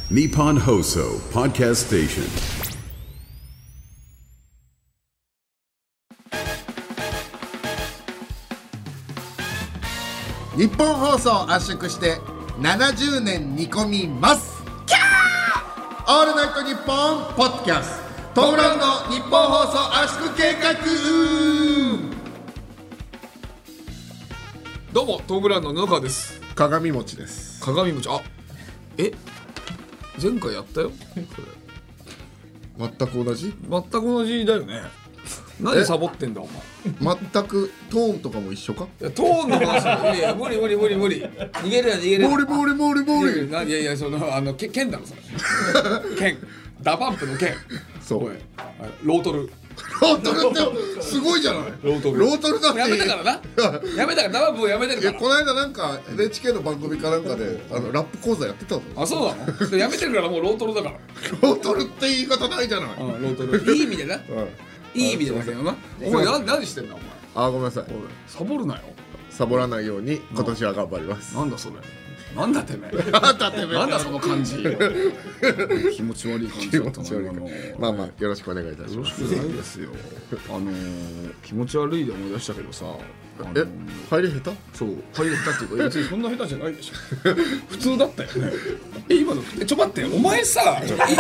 Nippon Hoso Podcast Station. 日本放送圧縮して70年煮込みますキャーオールナイトニッポンポッドキャストトム・ブラウンの日本放送圧縮計画。 どうもトム・ブラウンの布川です。 鏡餅です。 鏡餅、前回やったよ全く同じ全く同じだよね。何サボってんだお前。 全くトーンとかも一緒か。 いやトーンの話いや無理逃げるな逃げるな。 ボリいやいやその剣だろそれ剣ダパンプの剣。 そうロートルってすごいじゃない。 ロートルだってやめたからなやめたからダパンプをやめてるから。 この間なんか NHK の番組かなんかでラップ講座やってたぞ。 あ、そうなのやめてるからもうロートルだからロートルって言い方ないじゃない。 ロートルいい意味でな、いい意味でだけどな。お前何してんだお前。 ごめんなさい。 サボるなよ。 サボらないように今年は頑張ります。 なんだそれ。なんだてめえ。なんだその感じ。気持ち悪い感じだったな。 まあよろしくお願いいたします。 よろしくないですよ。気持ち悪いで思い出したけどさ。 入り下手？ そう入り下手っていうか別にそんな下手じゃないでしょ。普通だったよね。今のちょ待ってお前さ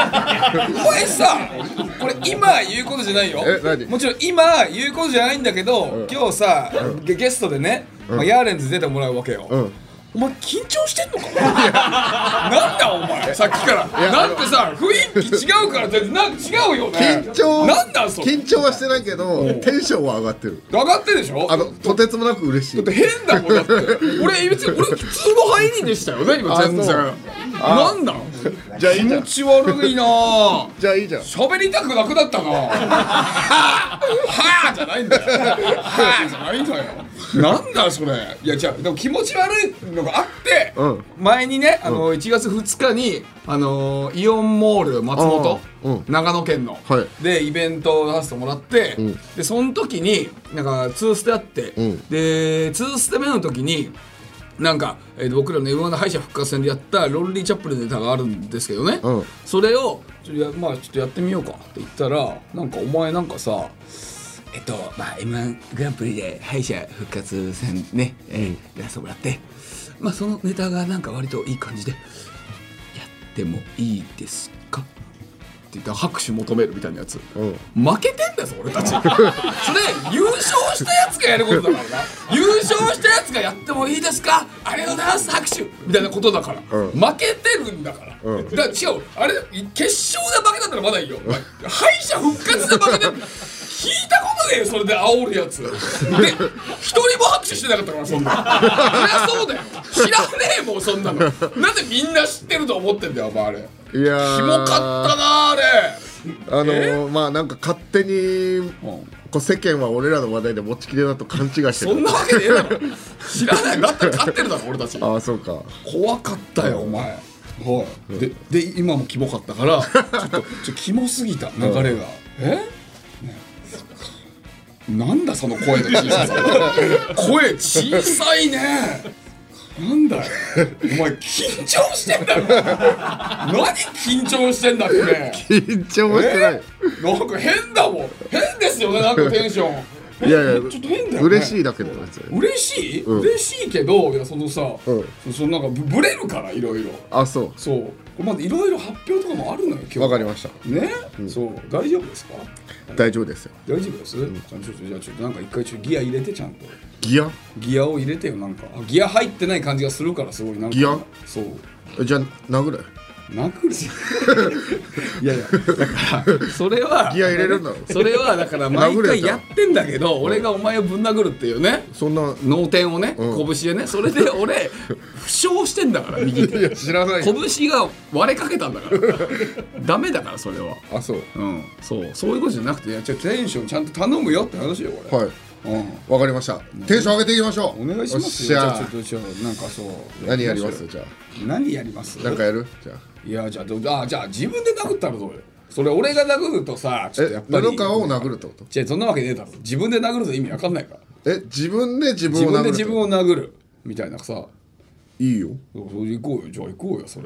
これ今言うことじゃないよ。もちろん今言うことじゃないんだけど、今日さゲストでねヤーレンズ出てもらうわけよ。お前緊張してんのかなんだお前さっきからだってさ雰囲気違うから違うよね。なんだそれ。 緊張はしてないけどテンションは上がってる。 上がってるでしょ。 とてつもなく嬉しい。 だって変だもんだって俺普通の入りでしたよね今全然。なんだじゃあいいじゃん。 気持ち悪いな。 じゃあいいじゃん。 喋りたくなくなったな。はぁじゃないんだよ。はぁじゃないんだよ。なんだそれ。いやじゃあでも気持ち悪いのがあって、前にね1月2日にイオンモール松本、長野県の、でイベントを出させてもらって、でその時になんか2ステあって、で2ステ目の時になんか、僕らの M1 の敗者復活戦でやったロンリーチャップルのネタがあるんですけどね、それをちょっとやってみようかって言ったらなんかお前なんかさM1 グランプリで敗者復活戦ね、やらせてもらって、そのネタがなんか割といい感じでやってもいいですかって言ったら拍手求めるみたいなやつ、負けてんだよ俺たちそれ優勝したやつがやることだからな優勝したやつがやってもいいですかありがとうございます拍手みたいなことだから、負けてるんだから、違うあれ決勝で負けたったらまだいいよ敗者復活で負けてる聞いたことねえよそれで煽るやつで一人も拍手してなかったからそんなそりゃそうだよ知らねえもんそんなのなんでみんな知ってると思ってんだよお前あれ。いやキモかったなあれ。 なんか勝手に世間は俺らの話題で持ちきりだと勘違いしてる。 そんなわけねえだろ知らないだったら勝ってるだろ俺たち。 そうか。 怖かったよお前。で今もキモかったからちょっとキモすぎた流れが。なんだその声の小ささ声小さいね。なんだよお前緊張してんだろ何緊張してんだっけ。 緊張してない。 なんか変だもん。変ですよねなんかテンション。 いやちょっと変だよね。 嬉しいだけだよね。 嬉しい、嬉しいけどいやそのさ、そのなんかブレるからいろいろ。そうまだいろいろ発表とかもあるのよ今日。 わかりましたね、そう大丈夫ですか。 大丈夫ですよ。 大丈夫です、じゃあちょっとなんか一回ギア入れてちゃんとギアを入れてよ。なんかギア入ってない感じがするからすごいなんかギアそうじゃあ殴るいやだからそれはギア入れるんだろ。 それはだから毎回やってんだけど俺がお前をぶん殴るっていうねそんな脳天をね拳でねそれで俺負傷してんだから右手。 いや知らない。 拳が割れかけたんだからダメだからそれは。そういうことじゃなくてテンションちゃんと頼むよって話よこれ。 わかりました。テンション上げていきましょう。 お願いしますよ。ちょっとなんかそう何やりますじゃあ。 何やりますなんかやるじゃあ。 いやじゃあ自分で殴ったらどうよ。それ俺が殴るとさちょっとやっぱり布川を殴るってこと。 じゃあそんなわけねえだろ。自分で殴ると意味わかんないから。 自分で自分を殴るみたいなさ。 いいよ。 それ行こうよ。じゃあ行こうよそれ。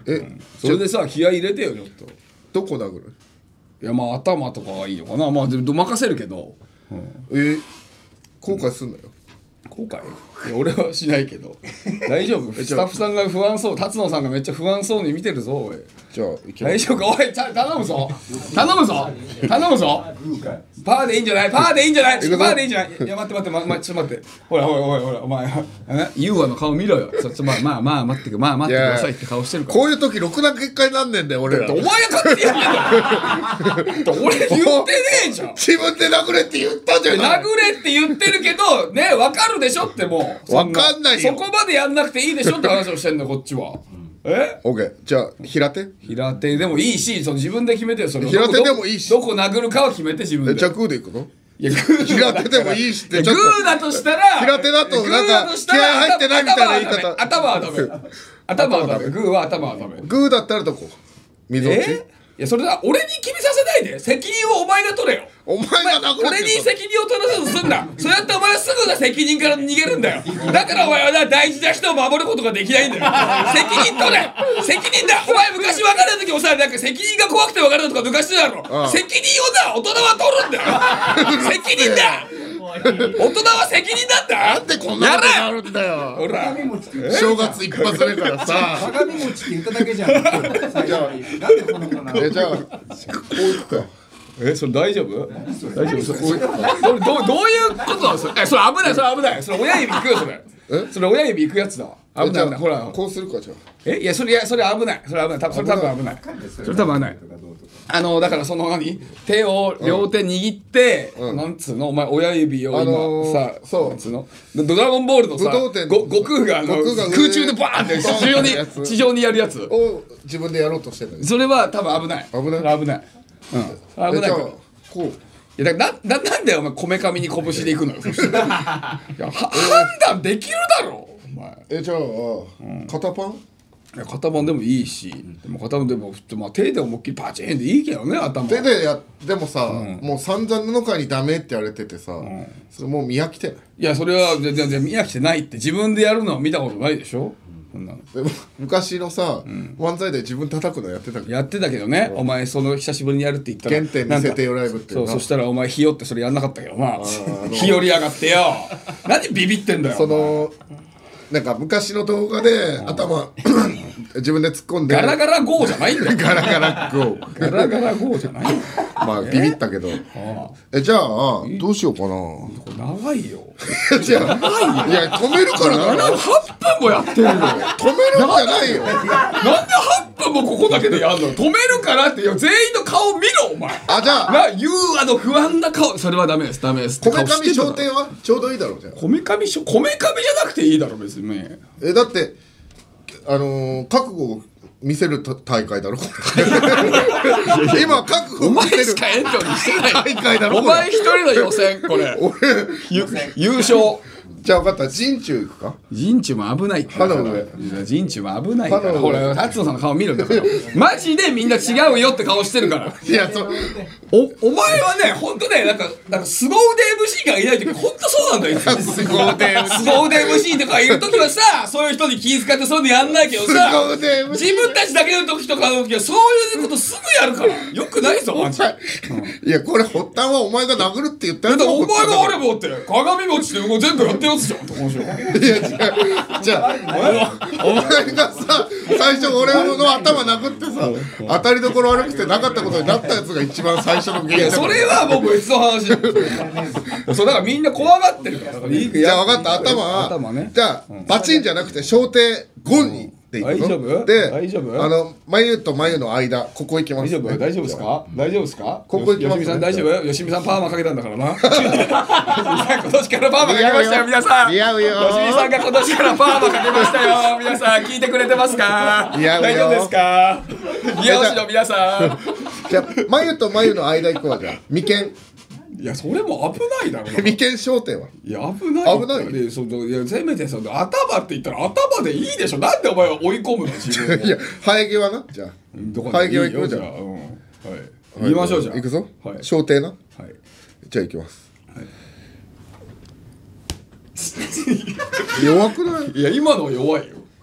それでさ気合い入れてよちょっと。 どこ殴る？ いやまあ頭とかはいいのかな。まあでも任せるけど。 後悔すんなよ。 後悔？いや俺はしないけど大丈夫？スタッフさんが不安そう、辰野さんがめっちゃ不安そうに見てるぞおい。 じゃあ行きます。 大丈夫か？おい頼むぞ頼むぞ頼むぞ。パーでいいんじゃない？パーでいいんじゃない？パーでいいんじゃない？いや待ってちょっと待って。ほらお前ユーアの顔見ろよ。まあ待ってくださいって顔してるから。 こういう時ろくな結果になんねんだよ俺ら。 お前が勝手にやってんだよ俺言ってねえじゃん。 自分で殴れって言ったじゃん。 殴れって言ってるけどね、分かるでしょってもう分かんないよ。 そこまでやんなくていいでしょって話をしてんのこっちは。 オッケー。じゃあ平手でもいいし、その自分で決めてよ。それ平手でもいいし、 どこ殴るかは決めて自分で。 じゃあグーでいくの？ いや平手でもいいしって。 グーだとしたら平手だとなんか気合入ってないみたいな言い方。 頭はダメ。頭はダメ。グーは頭はダメ。 グーだったらどこ？溝落ち？ いやそれは俺に決めさせないで。責任をお前が取れよ。 お前が殴れ俺に責任を取らせずすんな。そうやってお前はすぐな責任から逃げるんだよ。だからお前はな大事な人を守ることができないんだよ。責任取れ。責任だ。お前昔別れた時もさ、なんか責任が怖くて別れたとか昔だろ。責任をな大人は取るんだよ。責任だ。大人は責任なんだ。 なんでこんなことがあるんだよ。 ほら正月一発目からさ。 鏡餅って言っただけじゃん。なんでこの子なの？ じゃあこういくか。 それ大丈夫？大丈夫？どういうことなのそれ？それ危ない。それ親指いくよそれ。それ親指いくやつだ。危ない。ほらこうするかじゃあ。 いやそれ危ない。それ多分危ない。それ多分危ない。だからその手を両手握ってなんつうのお前親指を今さなんつうのドラゴンボールのさ悟空が空中でバーンって地上にやるやつを自分でやろうとしてる。 それは多分危ない。危ない。危ないから。 こう。 いやなんだよお前こめかみに拳でいくのよ。判断できるだろお前。 じゃあ肩パン？ いや肩パンでもいいし、でも肩パンでもまあ手で思いっきりパチンでいいけどね頭。 手ででもさ、もう散々布川にダメって言われててさ、それもう見飽きてない？ いやそれは全然見飽きてないって自分でやるのは見たことないでしょ。 でも昔のさ、漫才で自分叩くのやってたけどね。お前その久しぶりにやるって言ったら原点見せてよライブっていうそしたらお前ひよってそれやんなかったけどな。ひよりやがってよ。何ビビってんだよ。 なんか昔の動画で頭自分で突っ込んでガラガラゴーじゃないんだよ。 ガラガラゴーガラガラゴーじゃない。 まあビビったけど。じゃあどうしようかな。 長いよ。 いや止めるからだろ。 8分もやってるんだよ。 止めるんじゃないよ。 なんで8分もここだけでやんの。止めるからって全員の顔見ろお前。 じゃあユーアの不安な顔。それはダメです。こめかみ商店はちょうどいいだろうじゃん。こめかみじゃなくていいだろ別に。 だって覚悟を見せる大会だろ。今覚悟を見せる。 お前しかエントリーしてない大会だろ。 お前一人の予選これ。優勝。 じゃあ分かった。陣中行くか。 陣中も危ないって。 歯の上。 陣中も危ないから。ほら達野さんの顔見るんだから。マジでみんな違うよって顔してるから。 いやお前はね本当ねなんか凄腕 MC がいない時本当そうなんだよ。凄腕 MC とかいる時はさそういう人に気遣ってそういうのやんないけどさ自分たちだけの時とかの時はそういうことすぐやるからよくないぞマジ。 いやこれ発端はお前が殴るって言ったやつ。 お前があればって鏡餅でもう全部やってるやつじゃん。面白い。 いやじゃあお前がさ最初俺の頭殴ってさ当たりどころ悪くてなかったことになったやつが一番最初の原因。 いやそれはもう別の話だよ。そうだからみんな怖がってるから。 じゃあ分かった頭ね。じゃあバチンじゃなくて小手ゴンにでいくの。 大丈夫？ で大丈夫？ 眉と眉の間ここ行きます。 大丈夫ですか？大丈夫ですか？ ここ行きます。 吉見さん大丈夫？吉見さんパーマかけたんだからな。今年からパーマかけましたよ皆さん。 似合うよ。 吉見さんが今年からパーマかけましたよ皆さん。聞いてくれてますか？大丈夫ですか？似合うしの皆さん。 じゃあ眉と眉の間行くわ。じゃあ眉間。 いやそれも危ないだろ。 眉間焦点は。 いや危ない。 危ない。 いやせめて頭って言ったら頭でいいでしょ。なんでお前は追い込むの自分を。いや生え際な。じゃあ生え際行くじゃん。はい。 言いましょうじゃあ。 行くぞ。焦点な。はい。じゃあ行きます。弱くない？ いや今のは弱いよ。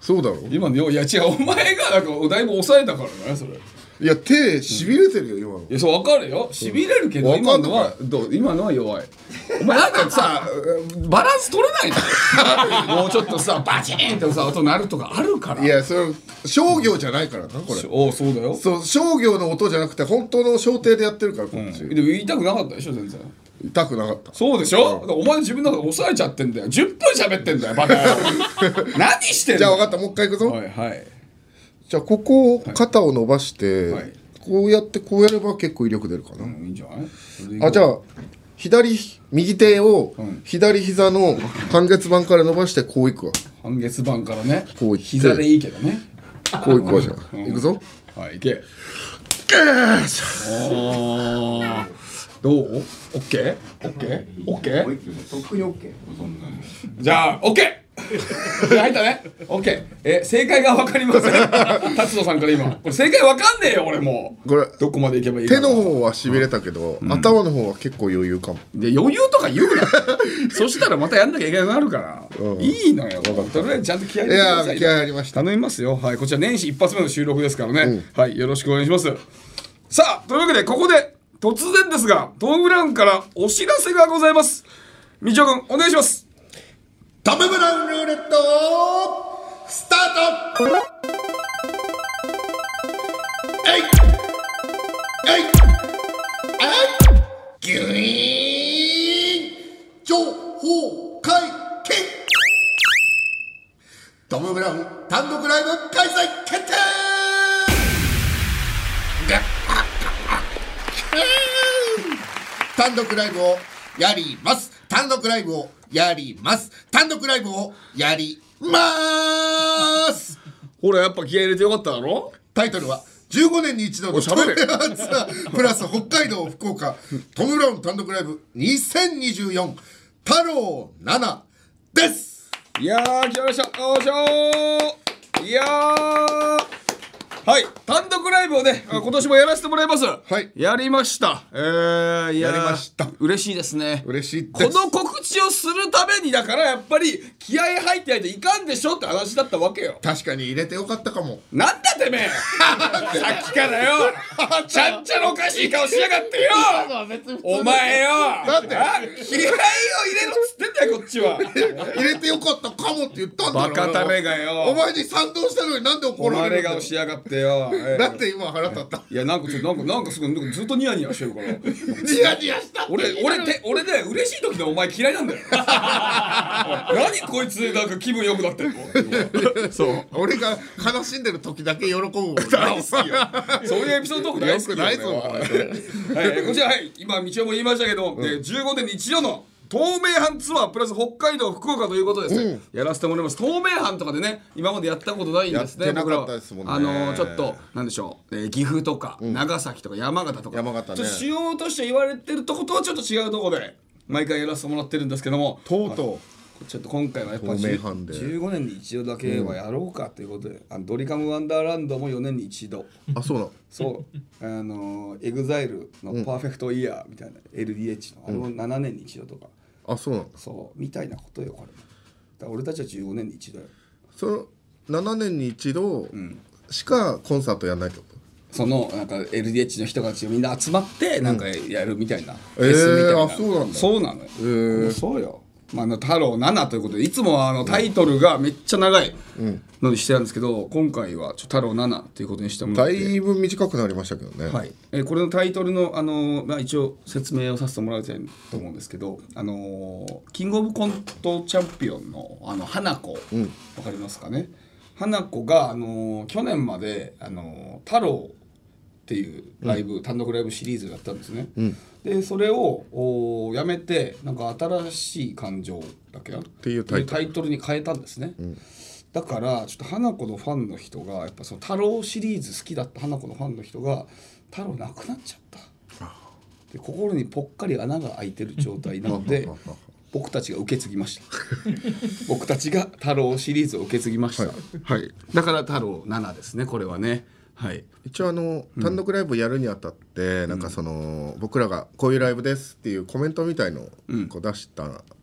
そうだろ。 今のいや違う、お前がなんかだいぶ抑えたからねそれ。 いや手しびれてるよ今の。 いやそう分かるよ、しびれるけど、今のは弱い。お前なんかさバランス取れないのもうちょっとさバチーンってさ音鳴るとかあるから。 いやそれ商業じゃないからなこれ。 そうだよ。 そう商業の音じゃなくて本当の商店でやってるからこっち。 でも言いたくなかったでしょ全然。 痛くなかった。 そうでしょ、お前自分の中で抑えちゃってんだよ。10分喋ってんだよバカ野郎何してんの。 じゃあ分かった、もう一回いくぞ。 はいはい。 じゃあここ肩を伸ばして、 はい、 こうやってこうやれば結構威力出るかな。 いいんじゃない。 あ、じゃあ右手を左膝の半月板から伸ばしてこういくわ。 半月板からね。 こういって膝でいいけどね。 こういくわ。じゃあいくぞ。 はい、いけ。どう？オッケー？オッケー？オッケー？ とっくに OK。 じゃあオッケー。入ったね。オッケー。正解が分かりません。達野さんから今。これ正解分かんねえよ俺もう。 これどこまでいけばいいか。 手の方はしびれたけど、頭の方は結構余裕かも。 で余裕とか言うな。そしたらまたやんなきゃいけなくなるから。いいのよ。とりあえずちゃんと気合い入れてください。 いや気合い入りました。 頼みますよ。はい、こちら年始一発目の収録ですからね。はい、よろしくお願いします。さあ、というわけでここで突然ですがトム・ブラウンからお知らせがございます。みちおくんお願いします。 トム・ブラウンルーレットスタート。ギュイーン情報解禁。トム・ブラウン単独ライブ開催決定。単独ライブをやります。単独ライブをやります。単独ライブをやりますほらやっぱ気合い入れてよかっただろ。 タイトルは15年に一度のトム・ブラウンツアープラス北海道福岡トム・ブラウン単独ライブ2024太郎7です。 いやー来ました。よいしょー。いやーはい、単独ライブをね、今年もやらせてもらいます。 はい。 やりました。 やりました。 嬉しいですね。 嬉しいです。 この告知をするためにだからやっぱり気合入ってないといかんでしょって話だったわけよ。 確かに入れてよかったかも。 なんだてめえさっきからよちゃんちゃらおかしい顔しやがってよお前よだって気合を入れろっつってんだよこっちは入れてよかったかもって言ったんだろ。 バカタレがよお前に賛同したのになんで怒られるんだよ。 お前顔しやがってよだって今腹立った。 いやなんかすごいずっとニヤニヤしてるからニヤニヤした俺ね嬉しい時でお前嫌いなんだよ何こいつなんか気分良くなってるのそう俺が悲しんでる時だけ喜ぶもん。 大好きよそういうエピソードトーク大好きよよくないぞはいこちらはい今道夫も言いましたけど15年に一度の東名阪ツアープラス北海道福岡ということですね、やらせてもらいます。東名阪とかでね今までやったことないんですね。 やってなかったですもんね。 ちょっとなんでしょう、岐阜とか、長崎とか山形とか山形ねちょっと主要として言われてるとことはちょっと違うところで毎回やらせてもらってるんですけども、 とうとちょっと今回はやっぱ東名阪で 15年に一度だけはやろうかということで、ドリカムワンダーランドも4年に一度う。あ、そうなの。 そうEXILE のパーフェクトイヤーみたいな LDH のあれも7年に一度とか、 あ、そうなの。 そうみたいなことよこれ。だから俺たちは15年に一度よ。 その7年に一度しかコンサートやんないってこと。 そのなんか LDH の人たちがみんな集まってなんかやるみたいな、フェスみたいな。 あ、そうなんだ。 そうなのよ。そうよ。太郎7ということでいつもはタイトルがめっちゃ長いのにしてたんですけど、今回は太郎7ということにしてもらって、 だいぶ短くなりましたけどね。 はい。これのタイトルの一応説明をさせてもらいたいと思うんですけど、キングオブコントチャンピオンの花子、わかりますかね。花子が去年まで太郎っていうライブ、単独ライブシリーズをやったんですね。でそれをやめてなんか新しい感情だっけっていうタイトルに変えたんですね。だからちょっと花子のファンの人がやっぱその太郎シリーズ好きだった花子のファンの人が太郎なくなっちゃったで心にぽっかり穴が開いてる状態なので僕たちが受け継ぎました僕たちが太郎シリーズを受け継ぎました、はいだから太郎7ですねこれはね。はい、 一応単独ライブやるにあたって、なんか僕らがこういうライブですっていうコメントみたいのをこう出した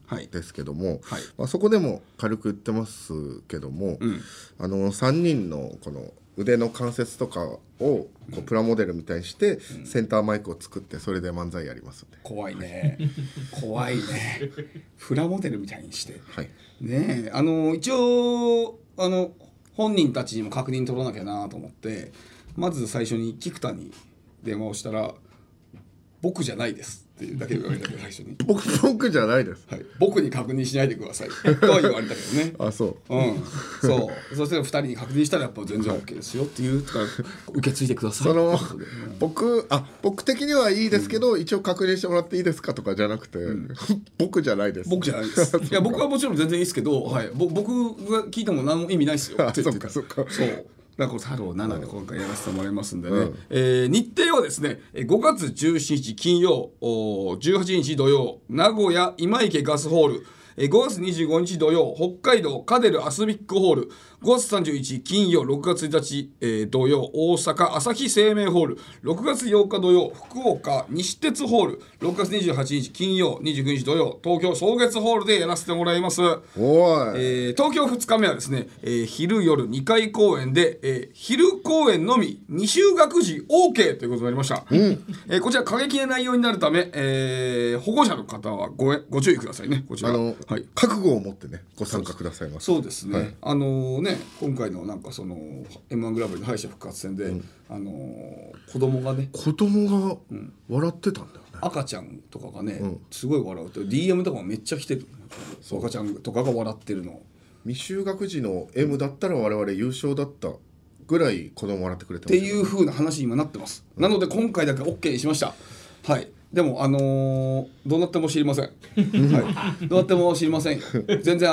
ですけども、 はいまあ、そこでも軽く言ってますけども、3人のこの腕の関節とかをこうプラモデルみたいにしてセンターマイクを作ってそれで漫才やりますんで、 怖いね怖いねプラモデルみたいにして、 はい、 ねえ一応本人たちにも確認取らなきゃなと思って、まず最初に菊田に電話をしたら僕じゃないですっていうだけ言われたけど最初に僕じゃないです、 はい、僕に確認しないでくださいとは言われたけどねあ、そう、 そうそして2人に確認したらやっぱ全然 OK ですよっていうから受け継いでください僕的にはいいですけど、一応確認してもらっていいですかとかじゃなくて、僕じゃないです、 僕じゃないですいや僕はもちろん全然いいですけど、はい、僕が聞いても何も意味ないですよって言ってからそっかそうだから太郎7で今回やらせてもらいますんでね、日程はですね5月17日金曜18日土曜名古屋今池ガスホール、5月25日土曜北海道カデルアスミックホール、5月31日金曜6月1日、土曜大阪朝日生命ホール、6月8日土曜福岡西鉄ホール、6月28日金曜29日土曜東京草月ホールでやらせてもらいます。 おい、 東京2日目はですね、昼夜2回公演で、昼公演のみ未就学児 OK ということになりました、こちら過激な内容になるため、保護者の方はご注意くださいね。こちらはい、 覚悟を持ってねご参加くださいます。 そうですね、 はい、 今回のなんかその M1 グランプリの敗者復活戦で、子供が笑ってたんだよね、 赤ちゃんとかがね、すごい笑うと DM とかもめっちゃ来てる、赤ちゃんとかが笑ってるの。 未就学児の M だったら我々優勝だったぐらい子供笑ってくれてます、 っていう風な話に今なってます、なので今回だけ OK にしました。はい、でもどうなっても知りません、はい、どうなっても知りませんよ全然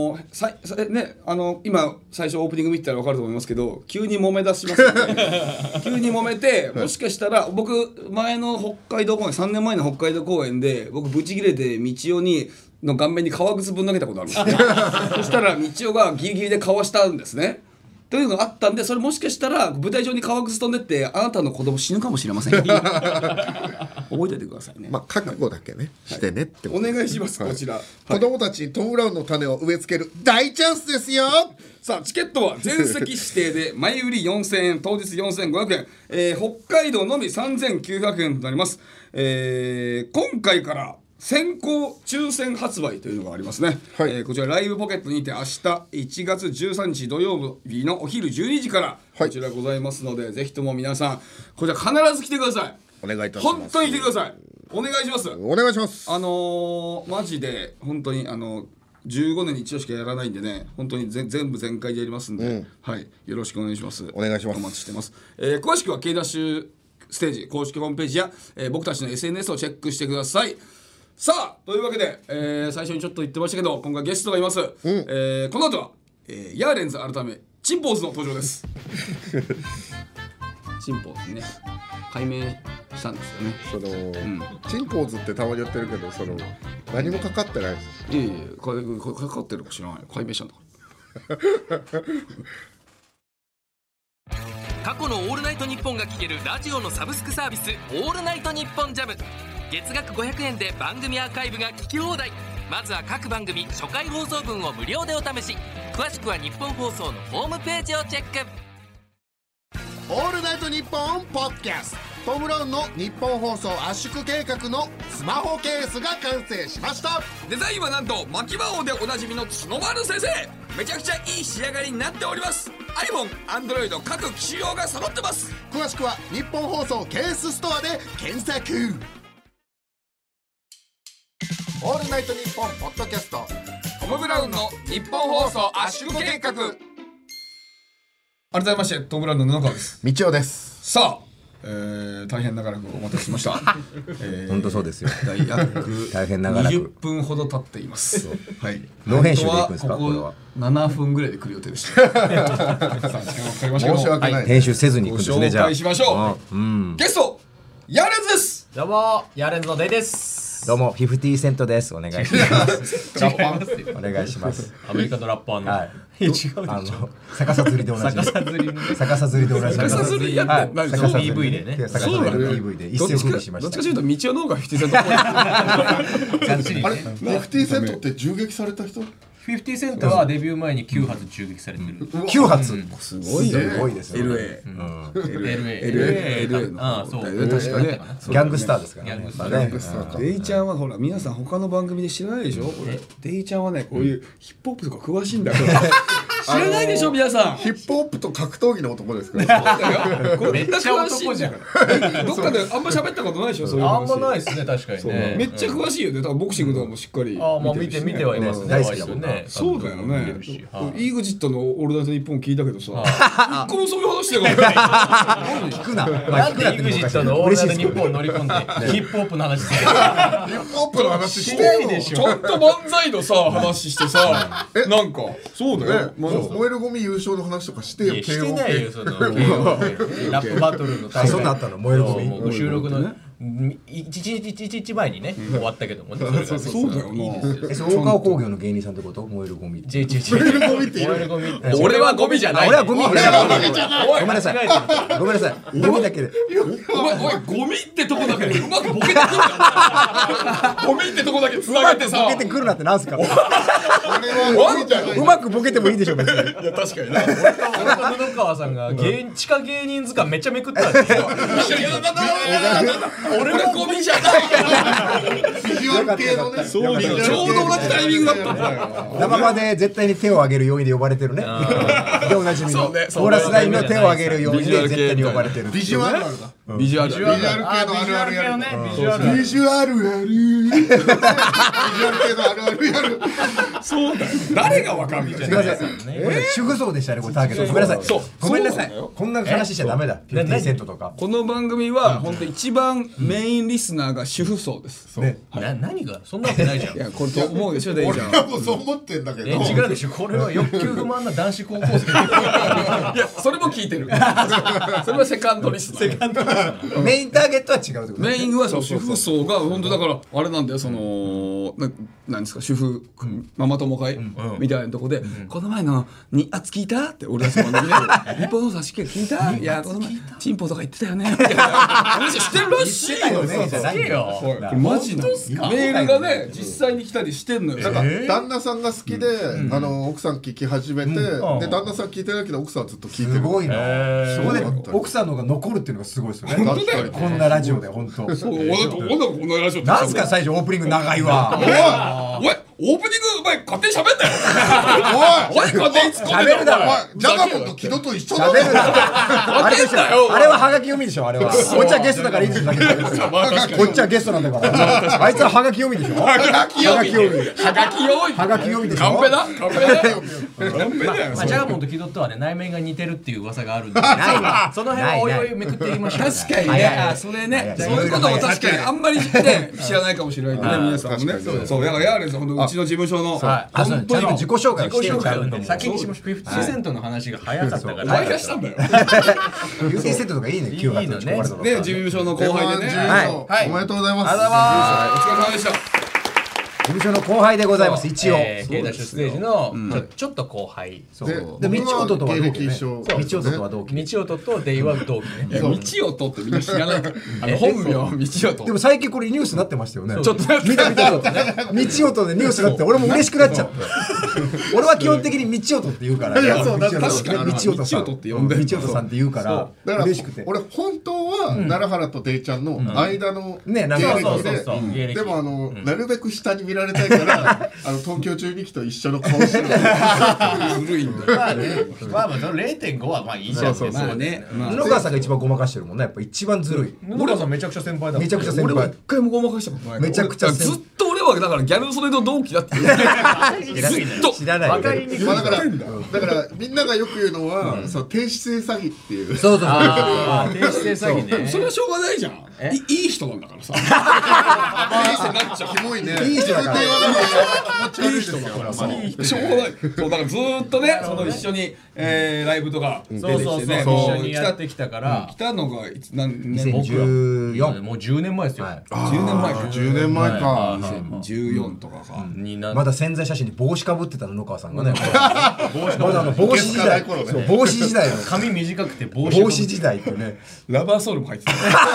今最初オープニング見てたら分かると思いますけど急に揉め出しますよね急に揉めて、もしかしたら僕前の北海道公演3年前の北海道公演で僕ブチギレて道夫の顔面に革靴ぶん投げたことあるんですねそしたら道夫がギリギリでかわしたんですねというのがあったんで、それもしかしたら舞台上に革靴飛んでってあなたの子供死ぬかもしれません覚えておいてくださいね。 まあ覚悟だけね、してねってお願いします、こちら、 子供たちにトム・ブラウンの種を植え付ける大チャンスですよ。 さあチケットは全席指定で前売り4000円当日4500円、北海道のみ3900円となります。今回から先行抽選発売というのがありますね、はい、こちらライブポケットにて明日1月13日土曜日のお昼12時からこちらございますので、ぜひとも皆さんこちら必ず来てください。 お願いいたします。 本当に来てください。お願いします。 お願いします。 マジで本当に15年に一度しかやらないんでね、本当に全部全開でやりますんで、はい、よろしくお願いします。 お願いします。 お待ちしてます。詳しくは K ダッシュステージ公式ホームページや、僕たちの SNS をチェックしてください。さあというわけで、最初にちょっと言ってましたけど今回ゲストがいます、この後は、ヤーレンズ改めチンポーズの登場ですチンポーズね解明したんですよね。 チンポーズってたまに言ってるけど何もかかってないです。 いやかかってるか知らない。解明したんだから過去のオールナイトニッポンが聴けるラジオのサブスクサービスオールナイトニッポンジャム、月額500円で番組アーカイブが聞き放題。まずは各番組初回放送分を無料でお試し。詳しくは日本放送のホームページをチェック。 オールナイトニッポンポッドキャスト、トム・ブラウンの日本放送圧縮計画のスマホケースが完成しました。 デザインはなんと牧場王でおなじみの角丸先生。めちゃくちゃいい仕上がりになっております。 iPhone、Android 各機種用が揃ってます。 詳しくは日本放送ケースストアで検索。オールナイトニッポンポッドキャスト、 トム・ブラウンの日本放送圧縮計画。改めましてトム・ブラウンの布川です。 道夫です。 さあ、大変長らくお待たせしました。 本当そうですよ。大変長らく 20分ほど経っています。はい。 ノー編集でいくんですか？これは 7分ぐらいで来る予定でした。さあ時間がかかりましたけど、 申し訳ない。 編集せずに行くんですね。じゃあご紹介しましょう。ゲストヤーレンズです。 どうもヤーレンズのデイです。 どうも50セントです。お願いします。 ラッパーお願いします。 アメリカのラッパーの。 はい。 違うでしょ。 逆さ釣りで同じ。 逆さ釣りね。 逆さ釣りで同じ。 逆さ釣りやってはい。 逆さ PV でね。 逆さ釣りの PV で一世を風靡しました。 どっちかというと道夫の方が50セントっぽい。 あれ50セントって銃撃された人 50セントはデビュー前に9発銃撃されてる。 9発。 すごいね。 すごいですね。 LA の。 ああ、そう。 確かね。 ギャングスターですからね。 デイちゃんはほら皆さん他の番組で知らないでしょ。デイちゃんはねこういうヒップホップとか詳しいんだけど。知らないでしょ皆さん。 ヒップホップと格闘技の男ですからめっちゃ男じゃん。 どっかであんま喋ったことないでしょ。そういうあんまないですね確かにね。 めっちゃ詳しいよね。だからボクシングとかもしっかり。 ああまあ見てはいますね。 大好きだもんね。 そうだよね。EXIT のオールナイトニッポン聞いたけどさ、一個もそういう話してないから聞くな。 なんで EXIT のオールナイトニッポン乗り込んでヒップホップの話してる。 ヒップホップの話してないでしょ。 ちゃんと漫才のさ話してさ、なんかそうだよ。 燃えるゴミ優勝の話とかしてよ。 してないよそのラップバトルの大会。 そんなあったの燃えるゴミ。 収録の一日前にね終わったけどもね。 そうだよな。 大川工業の芸人さんってこと？燃えるゴミ。 燃えるゴミって言う。 俺はゴミじゃない。 俺はゴミ。ごめんなさい。ごめんなさい。ゴミだけで。 お前ゴミってとこだけでうまくボケてくるな。ゴミってとこだけ繋げてさ。 ボケてくるなってなんすか。ううまくボケてもいいでしょ別に。 いや確かにな。 俺と布川さんが地下芸人図鑑めっちゃめくったんですよ。 俺はゴミじゃないから。 ビジュアル系のね。 ちょうど同じタイミングだったんだよ。 生場で絶対に手を挙げる要因で呼ばれてるね。でおなじみの。オーラスラインの手を挙げる要因で絶対に呼ばれてる。 ビジュアルあるだ。 ビジュアル系のあるあるやる。 ビジュアルビジュアルやる。ビジュアル系のあるあるやる。 そうだよ。誰がわかんない。 すみません。主婦層でしたねこれターゲット。ごめんなさい。ごめんなさい。こんな話しちゃダメだ。50セントとか。 この番組は本当一番メインリスナーが主婦層です。 何がそんなわけないじゃん。 いやこれと思うでしょデイちゃん。 俺はもうそう思ってんだけど。 違うでしょ。これは欲求不満な男子高校生。 いやそれも聞いてる。それはセカンドリスナー。 メインターゲットは違うってこと。 メインは主婦層が本当だからあれなんだよそのなんですか主婦ママ友会みたいなとこでこの前のにあつ聞いたって俺たちの番組で日本の差し聞いたいやこの前チンポとか言ってたよねみたいな話してるらしいよね。 すげえよ。 マジなメールがね実際に来たりしてんのよ。 だから旦那さんが好きで奥さん聞き始めてで旦那さん聞いてないけど奥さんはずっと聞いてる。 すごいな。そこで奥さんの方が残るっていうのがすごいですよね。こんなラジオで本当。 そうこんなラジオなんすか最初オープニング長いわ。 おいオープニングお前勝手に喋んなよ。おい勝手に突っ込んでんだよ。 ジャガモンの木戸と一緒だ。 あれでしょ。あれはハガキ読みでしょあれは。こっちはゲストだからいいですよ。こっちはゲストなんだから。あいつはハガキ読みでしょ。 はがき読みでしょ。カンペだよ。 ジャガモンとキドットはね内面が似てるっていう噂があるんでその辺はおいおいめくっていきましょう。 確かにねそれねそういうことも確かにあんまりね知らないかもしれないけどね皆さんもね。そうだからヤーレンさん本当うちの事務所の本当に自己紹介をしてるちゃんと先にしましょう。50セントの話が早かったからお前がしたんだよ。 50セントとかいいね。9発のチョコレートとかね事務所の後輩でね。 おめでとうございます。 お疲れ様でした。 事務所の後輩でございます一応。 Kダッシュステージのちょっと後輩。 で道音とは同期ね。道音とは同期。 道音とデイは同期ね。 道音ってみんな知らないから。本名は道音。 でも最近これニュースになってましたよね。 ちょっと見た道音でニュースになって俺も嬉しくなっちゃって。俺は基本的に道音って言うから。 いやそう確かに道音さんって呼んでる。 道音さんって言うから嬉しくて。 俺本当は奈良原とデイちゃんの間のねなんかでもなるべく下に見られたいから東京12期と一緒の顔してる。ずるいんだよ。 まあ 0.5 はまあいいじゃん。 まあね。 布川さんが一番ごまかしてるもんね。やっぱ一番ずるい。 布川さんめちゃくちゃ先輩だ。 めちゃくちゃ先輩。 俺は一回もごまかしたことない。 めちゃくちゃずっと俺長はだからギャル曽根の同期だってずっと知らない。 わかりにくい。 だからみんながよく言うのは低姿勢詐欺っていう。 そうそうそう。 ああ、低姿勢詐欺ね。 それはしょうがないじゃん。いい人なんだからさ。いい人になっちゃう。 キモいね。 いい人だから。 いい人だからしょうがない。そうだからずーっとね、その一緒にライブとか出てそうそうそう。 きてね、 一緒にやってきたから来。たのがいつ何年 2014。 もう10年前ですよ。 10年前か。 10年前か。 2014とかか。 になまだ宣材写真に帽子かぶってたの野川さんがね。まだ帽子時代。そう帽子時代の髪短くて帽帽子時代ってね。 ラバーソウルも入ってた。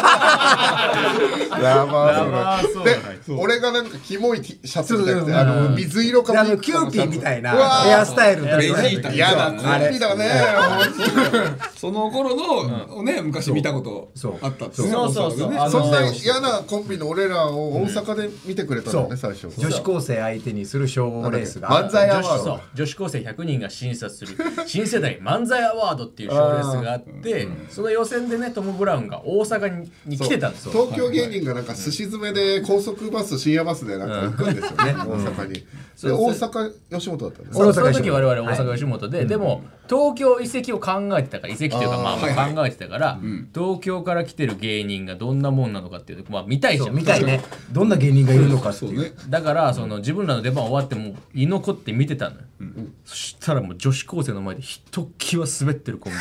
やばあそうで俺がなんかキモいシャツみたいな水色かでキューピーみたいなヘアスタイルの時のねベジータ嫌だコンビだね。 その頃のね昔見たことあったってね。 そうそうそう。 そんな嫌なコンビの俺らを大阪で見てくれたのね最初。 女子高生相手にする賞レースが漫才アワードそう女子高生100人が審査する新世代漫才アワードっていう賞レースがあってその予選でねトム・ブラウンが大阪に来てたんですよ。 東京芸人がなんかすし詰めで高速バス深夜バスでなんか行くんですよね大阪に。で大阪吉本だったんです。 その時我々大阪吉本ででも東京移籍を考えてたから移籍というかまあ考えてたから東京から来てる芸人がどんなもんなのかっていうとまあ見たいじゃん。 見たいね。どんな芸人がいるのかっていう。 だからその自分らの出番終わっても居残って見てたのよ。そしたらもう女子高生の前でひときわ滑ってるコンビ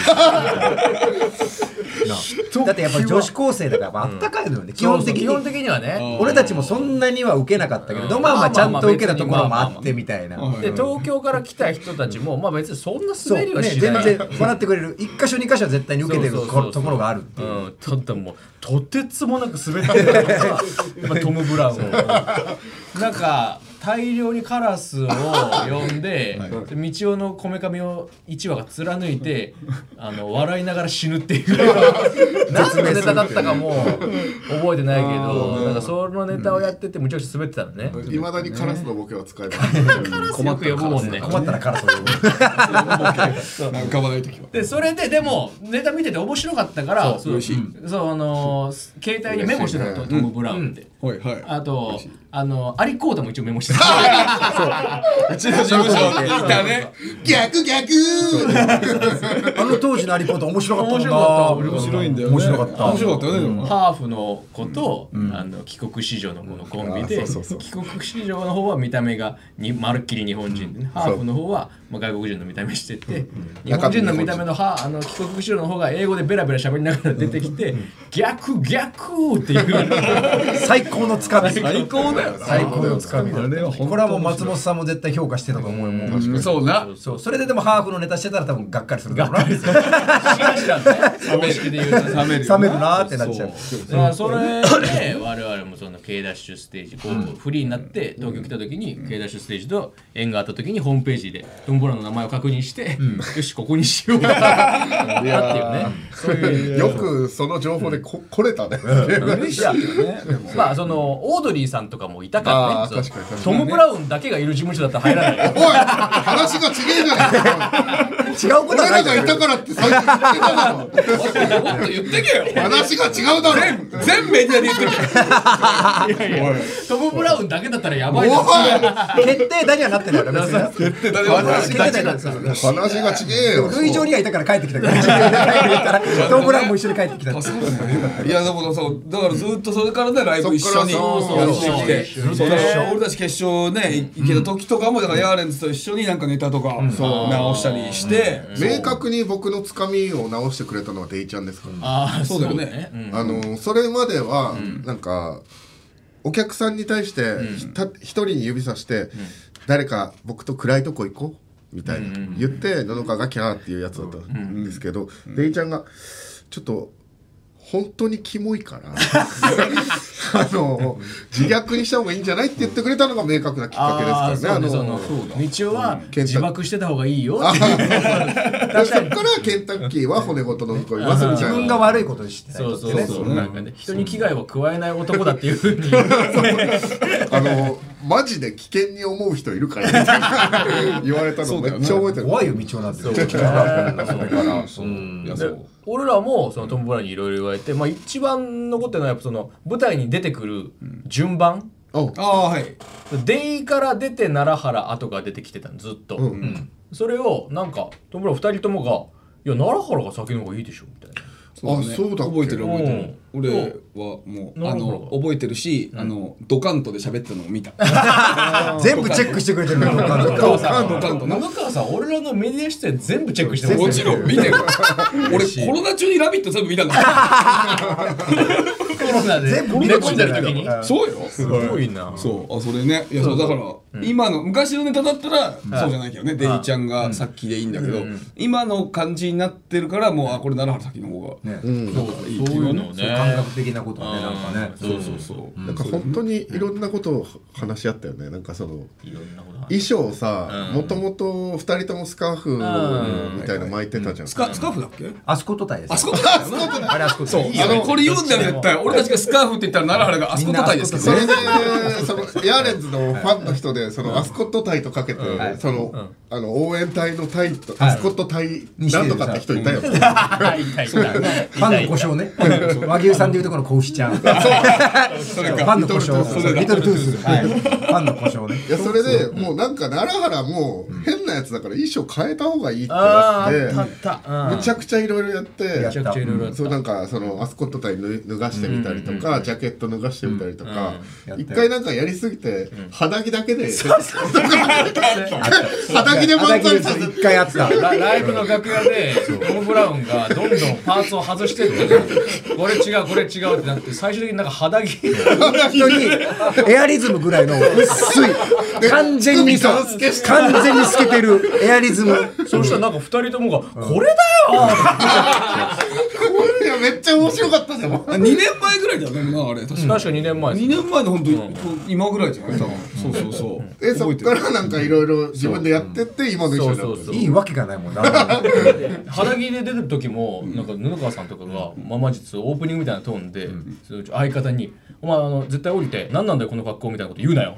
だってやっぱ女子高生だからやっぱあったかいのよね基本的に。 基本的にはね。 俺たちもそんなには受けなかったけれどまあまあちゃんと受けたところもあってみたいな。 で東京から来た人たちもまあ別にそんなそう滑りはねしない。 全然笑ってくれる一箇所二箇所は絶対に受けてるところがあるっていう。 ただもうとてつもなく滑ってるのがまあトム・ブラウンなんか大量にカラスを呼んで道夫のこめかみを1羽が貫いて笑いながら死ぬっていう何のネタだったかも覚えてないけどなんかそのネタをやっててむちゃくちゃ滑ってたのね。 いまだにカラスのボケは使えます。 よく呼ぶもんね。 困ったらカラスを呼ぶ。 浮かばない時は。 でそれででもネタ見てて面白かったからそう携帯にメモしてたのトム・ブラウンってあとアリコーダも一応メモしてたうちの事務所にいたね。 逆あの当時のアリポート面白かったもんな。 面白いんだよね。 面白かった。 面白かったよねでも。 ハーフの子と帰国子女の子のコンビで帰国子女の方は見た目がまるっきり日本人でねハーフの方は外国人の見た目してて日本人の見た目の帰国子女の方が英語でベラベラ喋りながら出てきて逆っていう最高のつかみ。 最高だよ。 最高のつかみだ。 あれはこれはもう松本さんも絶対評価してたと思うよ。もうそうな。 そうそれででもハーフのネタしてたら多分がっかりするだろうな。 公式で言うと冷める冷めるなーってなっちゃう。 それで我々もその K ダッシュステージこうフリーになって東京来た時に K ダッシュステージと縁があった時にホームページでトム・ブラウンの名前を確認してよしここにしようかっていうね。そういうよくその情報で来れたね。 嬉しいよね。まあそのオードリーさんとかもいたからね。 確かにトム・ブラウンだけがいる事務所だったら入らないよ。 おい話が違えじゃないか。 違うことはない俺らがいたからって最初言ってただろ。 もっと言ってけよ。 話が違うだろ。 全メディアで言ってけ。 トム・ブラウンだけだったらやばいな。 決定打にはなってないから別に。 決定だね。 決定打になってない。 話が違えよ。 塁上にはいたから帰ってきたからトム・ブラウンも一緒に帰ってきた。 いやでもそうだからずっとそれからねライブ一緒にやってきて俺たち決勝ね行けた時とかもだからヤーレンズと一緒になんかネタとか直したりして明確に僕のつかみを直してくれたのはデイちゃんですから。 ああそうだよね。 それまではなんかお客さんに対して一人に指さして誰か僕と暗いとこ行こうみたいな言ってのどかがキャーっていうやつだったんですけどデイちゃんがちょっと本当にキモいから自虐にした方がいいんじゃないって言ってくれたのが明確なきっかけですからね。 道は自爆してた方がいいよ。 そっからケンタッキーは骨ごと飲み込みますみたいな。 自分が悪いことにしてないとね。 そうなんかね人に危害を加えない男だっていうふうにマジで危険に思う人いるからみたいな言われたのめっちゃ覚えてる。 怖いよ道をなってる。 俺らもそのトム・ブラウンにいろいろ言われて、まあ一番残ってるのはやっぱその舞台に出てくる順番ああはい。 デイから出て奈良原後が出てきてたのずっと、それをなんかトム・ブラウン2人ともが「いや奈良原が先の方がいいでしょ」みたいな。 あ、そうだっけ。 覚えてる覚えてる。俺はもう覚えてるし、ドカントで喋ってたのを見た。 全部チェックしてくれてるの。 ドカントな。 布川さん、俺らのメディア出演全部チェックしてます。 もちろん見てる。俺コロナ中にラビット全部見たんだ。 コロナで寝込んでる時に。 そうよ。 すごいな。 そう、それね。いや、そうだから今の昔のネタだったらそうじゃないけどね。デイちゃんがさっきでいいんだけど、今の感じになってるからもうこれ奈良原先の方がそういうのね。 感覚的なことはね、なんかね。 そう。 なんか本当にいろんなことを話し合ったよね。なんかその衣装をさ、もともと2人ともスカーフみたいな巻いてたじゃん。 スカーフだっけ？ アスコットタイです。 アスコットタイだよ。 あれアスコットタイ。 これ言うんだよ絶対。俺たちがスカーフって言ったら奈良原がアスコットタイですけど。 それでそのヤーレンズのファンの人でそのアスコットタイとかけてその応援隊のタイとアスコットタイなんとかって人いたよ。 ファンの故障ね。和牛さんでいうとこのコウシちゃん。ファンの故障。リトルトゥース。ファンの故障ね。 いやそれでもうなんか奈良原も変なやつだから衣装変えた方がいいってなってむちゃくちゃいろいろやってそうなんかそのアスコットタイ脱がしてみたりとかジャケット脱がしてみたりとか一回なんかやりすぎて肌着だけで肌着で漫才させて一回あった。 ライブの楽屋でトム・ブラウンがどんどんパーツを外してってこれ違うこれ違うってなって最終的になんか肌着本当にエアリズムぐらいの薄い完全にそう完全に透けてるエアリズム。 そうしたらなんか2人ともがこれだよいやめっちゃ面白かったじゃん。 2年前ぐらいだよねあれ。確か 2年前です。 2年前の本当に今ぐらいじゃない多分。そうそっからなんかいろいろ自分でやってって今の衣装になった。 いいわけがないもんな。 肌着で出てる時もなんか布川さんとかがママ実オープニングみたいなトーンで相方に「お前絶対降りて何なんだよこの格好」みたいなこと言うなよ。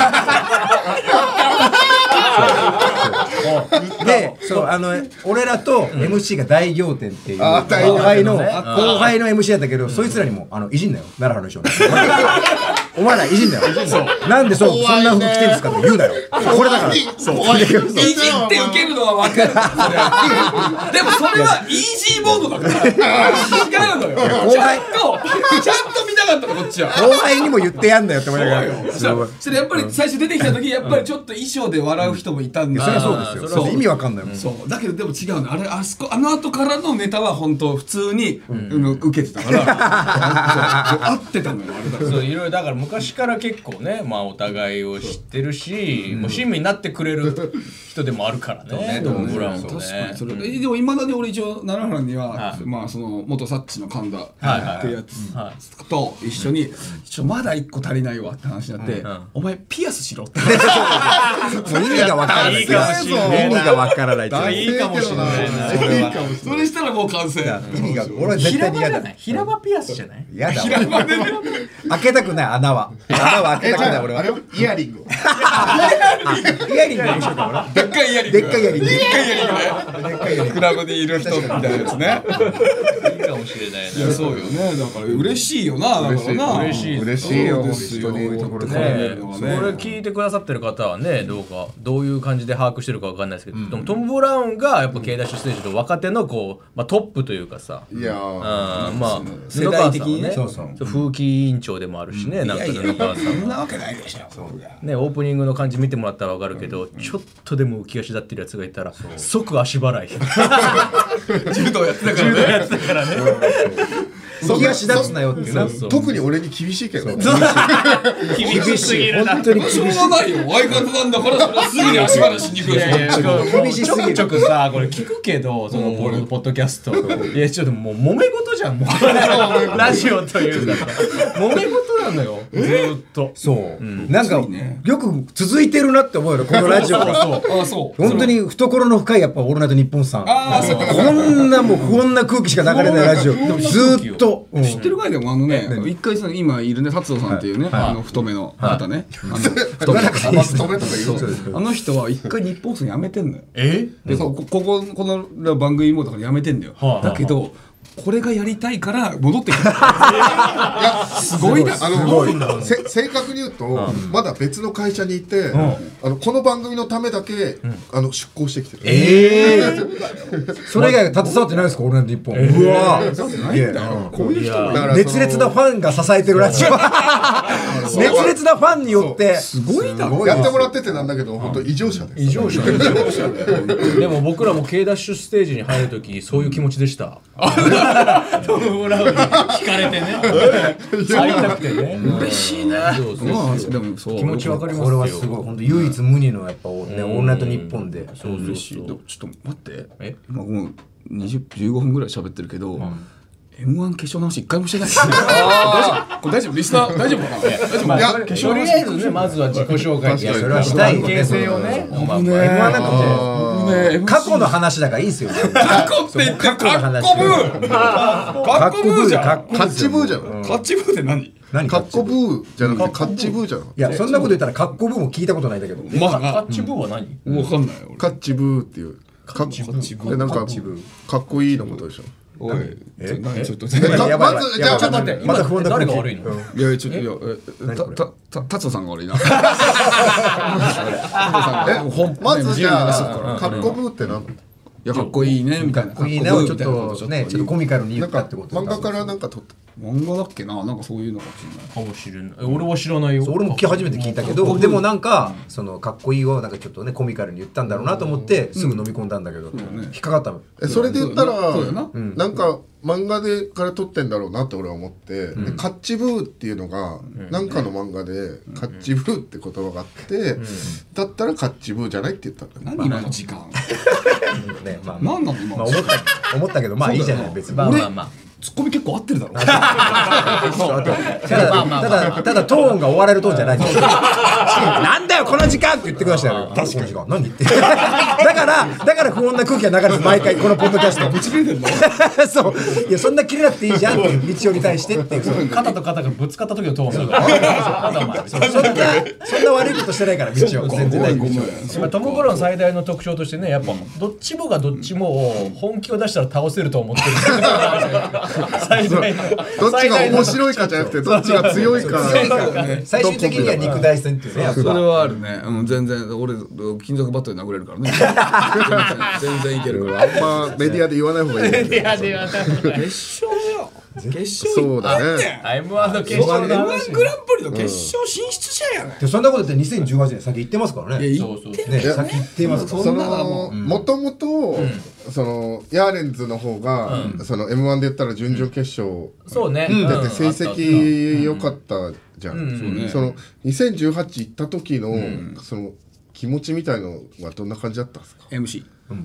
で、そう俺らと MC が大仰天っていう後輩の MC だったけど、そいつらにもいじんなよ奈良原の衣装。お前らいじんなよ。なんでそんな服着てんですかって言うなよ。これだから。いじって受けるのは分かる。でもそれはイージーモードだから違うのよ。ちゃんと見たかったのこっちは。 後輩にも言ってやんだよって思いながら。 それやっぱり最初出てきた時やっぱりちょっと衣装で笑う人もいたんだ。 そりゃそうですよ。意味わかんないもん。 そうだけどでも違うの。あの後からのネタは本当普通に受けてたから合ってたのよあれだから。 そういろいろだから昔から結構ねまあお互いを知ってるしもう親身になってくれる人でもあるからねトム・ブラウンとね。 確かにそれでもいまだに俺一応奈良原にはまあその元サッチの神田っていうやつと一緒にまだ一個足りないわって話になってお前ピアスしろって意味がわからない。意味がわからない。 いいかもしれないな。 それしたらもう完成。 意味が俺は絶対に嫌だ。 平場ピアスじゃない？ 嫌だ。開けたくない穴は開けたくない俺は。 イヤリング。 イヤリングにしようか俺。 でっかいイヤリング。 でっかいイヤリング。 でっかいイヤリングね。クラブにいる人みたいなやつね。 いいかもしれないな。 いやそうよね。だから嬉しいよな。だからな。 嬉しいよ。 ですよ。 これ聞いてくださってる方はねどういう感じで把握してるかわかんないですけど、でもトム・ブラウンがやっぱ K ダッシュステージの若手のこうトップというかさ、 いやまあ世代的にね風紀委員長でもあるしね、なんか布川さんそんなわけないでしょ。 ねオープニングの感じ見てもらったらわかるけど、ちょっとでも浮き足立ってるやつがいたら即足払い。 柔道やってたからね。 浮き足立つなよってな。 特に俺に厳しいけど。 厳しすぎるな。 本当に厳しい。 しょうがないよ。相方なんだからそれはすぐに足払いしに行くよ。 厳しすぎる。 ちょくさこれ聞くけどそのポッドキャストいやちょっともう揉め事じゃんもうラジオというか揉め事なのよずーっと。 そうなんかよく続いてるなって思うよこのラジオが。 そう本当に懐の深いやっぱオールナイトニッポンさん。こんなもう不穏な空気しか流れないラジオずーっと。 知ってるかいでも一回さ今いるね達夫さんっていうね太めの方ね太めとか言うあの人は一回日本放送辞めてんのよ。でこの番組もだから辞めてんだよ。だけどこれがやりたいから戻ってきた。いやすごいな。 正確に言うとまだ別の会社にいて、この番組のためだけ出向してきてる。 それ以外携わってないですか、オールナイトニッポン。うわー、 こういう人もいる。 熱烈なファンが支えてるラジオ。熱烈なファンによってすごいな。 やってもらっててなんだけど本当異常者です。 異常者でも僕らも K ダッシュステージに入るときそういう気持ちでした。トム・ブラウンに聞かれてね、会いたくてね。 嬉しいね。でもそう気持ちわかりますよ。 これはすごい本当唯一無二のやっぱね、オールナイトニッポンで。 そう嬉しい。ちょっと待って。今もう15分ぐらい喋ってるけど。M1 決勝の話一回もしてないですね。大丈夫リスナー大丈夫かな。 いやとりあえずね、まずは自己紹介でそれはしたい関係性をね。 M1 なんかもう過去の話だからいいですよ。 過去って言ってカッコブー。カッコブーじゃん。 カッチブーじゃん。 カッチブーって何？ カッコブーじゃなくてカッチブーじゃん。 いやそんなこと言ったらカッコブーも聞いたことないんだけど。 まあカッチブーは何？ わかんない。 カッチブーっていうカッチブーなんかかっこいいのことでしょ。 おい、ちょっとやばいまずじゃあちょっと待って。 また不安だ。 誰が悪いの？ いやちょっと達夫さんが悪いな。 まずじゃあカッコブーって何？ いやかっこいいねみたいな。 かっこいいねをちょっとねちょっとコミカルに言ったってこと漫画からなんか撮って漫画だっけな、なんかそういうのかもしれない。俺は知らないよ。 俺も初めて聞いたけど、でもなんかそのかっこいいをなんかちょっとねコミカルに言ったんだろうなと思ってすぐ飲み込んだんだけど引っかかったの。 それで言ったらなんか漫画でから撮ってんだろうなって俺は思って、カッチブーっていうのがなんかの漫画でカッチブーって言葉があって、だったらカッチブーじゃないって言ったんだよ。 何今の時間ね、まあ何なの今。 思ったけどまあいいじゃない別に。 まあまあまあツッコミ結構合ってるだろ。 ただトーンがお笑いのトーンじゃない。なんだよこの時間って言ってくださいよ。確かに何言ってだから不穏な空気が流れて毎回このポッドキャストぶち切れてんの。そういやそんな切れなくていいじゃんっていう道をに対してっていう肩と肩がぶつかった時のトーンするからそんな悪いことしてないから道を全然大丈夫。 トム・ブラウン最大の特徴としてね、やっぱどっちもがどっちも本気を出したら倒せると思ってる。最大のどっちが面白いかじゃなくてどっちが強いか。 最終的には肉体戦っていうね。 それはあるね。全然俺金属バットで殴れるからね。全然いける。 あんまメディアで言わない方がいい。 メディアで言わない。 決勝よ。決勝そうだね。 M1 の決勝で M1 グランプリの決勝進出者やね。 そんなことって2018年先言ってますからね。 そうそうね先言ってます。 そのもともとそのヤーレンズの方がその M1 で言ったら準々決勝そうね。 だって成績良かったじゃん。その2018行った時のその気持ちみたいのはどんな感じだったんですか？ MC。 い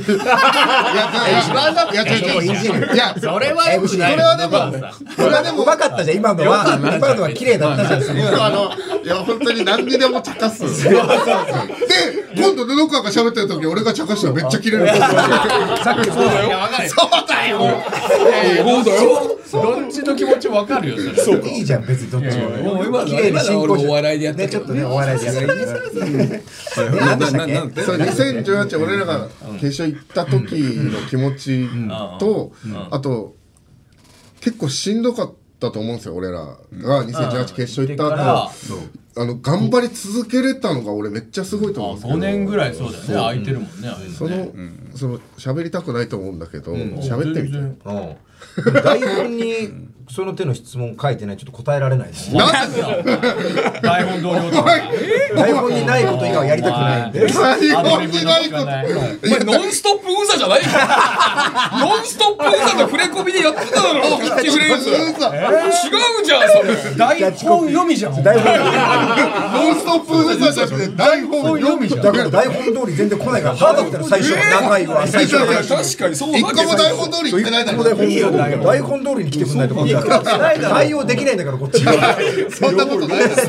やそれはそれはでもこれはでもうまかったじゃん。今のは綺麗だったじゃん。 いや本当に何にでも茶化す。で今度布川が喋ってる時俺が茶化したらめっちゃキレる。 さっきそうだよ。 そうだよ。 そうだよ。 どっちの気持ちわかるよそれ。 いいじゃん別にどっちも。 もう今綺麗に進行お笑いでやってねちょっとねお笑いでやってる。 そう2018俺らが決勝行った時の気持ちとあと結構しんどかったと思うんですよ。俺らが2018決勝行った後頑張り続けれたのが俺めっちちゃすごいと思うんですけど。 5年ぐらいそうだよね。空いてるもんね。 その喋りたくないと思うんだけど喋ってみて。 台本にその手の質問書いてないちょっと答えられないです。 台本通り台本にないこと以外はやりたくないんで。 台本にないこと。 お前ノンストップウザじゃないか。ノンストップウザの触れ込みでやってただろ。キャッチフレーズ。違うじゃんそれ。 台本読みじゃん。 台本ノンストップウザじゃなくて台本読みじゃん。 だから台本通り全然来ないからハードだったら最初長いわ最初の話。 確かにそうだけど。 一個も台本通り言ってないだろ。 台本通りに来てくんないとか。 対応できないんだからこっちは。 そんなことないです。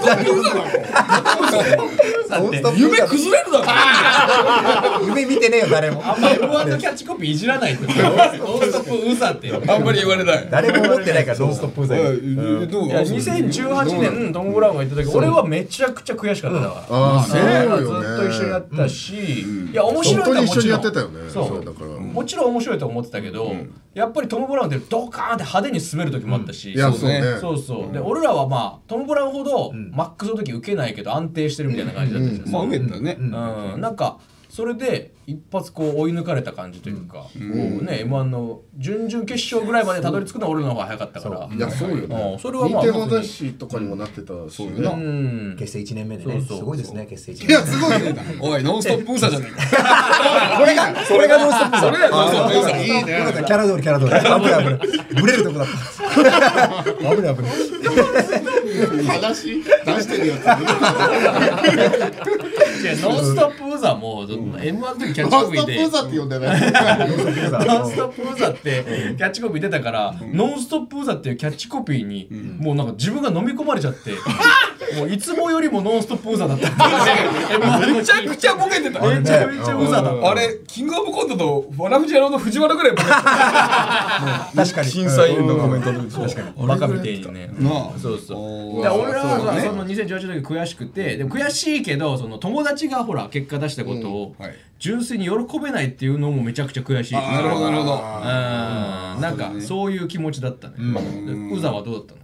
夢崩れるだろ。 夢見てねえよ誰も。 あんま M1 のキャッチコピーいじらないと。ノンストップウザって。 あんまり言われない。 誰も思ってないからノンストップウザ。 どういや2018年トム・ブラウンが言った時俺はめちゃくちゃ悔しかったわ。 ああそうよね。 ずっと一緒にやったし、いや面白い本当に一緒にとはもちろんやってたよね。 そうだから。 もちろん面白いと思ってたけど、やっぱりトム・ブラウンってドカーンって派手に進める時もあったし、 いやそうね。 そうそうで俺らはまあトム・ブラウンほどマックスの時受けないけど安定してるみたいな感じだったじゃん。 まあ受けたね。 なんかそれで一発こう追い抜かれた感じというか、こうね M1 の準々決勝ぐらいまでたどり着くのは俺の方が早かったから、 いやそうよね。 それはまあ認定も雑誌とかにもなってたしね。 結成1年目でね。すごいですね結成1年いやすごいね。 おいノンストップウザじゃねえか。 目。これがノンストップ。 それがノンストップウザ。 いいね。 キャラ通り危ないブレるとこだった危ない話出してるやつ。 ノンストップウザも M1 の時キャッチコピーでノンストップウザって呼んでない。 ノンストップウザってキャッチコピー出たからノンストップウザっていうキャッチコピーにもうなんか自分が飲み込まれちゃってもういつもよりもノンストップウザだっためちゃくちゃボケてた。 めちゃめちゃウザだったあれキングオブコントとわらふじ野郎の藤原ぐらいボケてた。 確かに審査員のコメントで確かにバカみたいにねなあ。 そうそうで俺らはその2018年悔しくてでも悔しいけどその友達がほら結果出したことを純粋に喜べないっていうのもめちゃくちゃ悔しい。 なるほどなるほど。 なんかそういう気持ちだったね。ウザはどうだったの？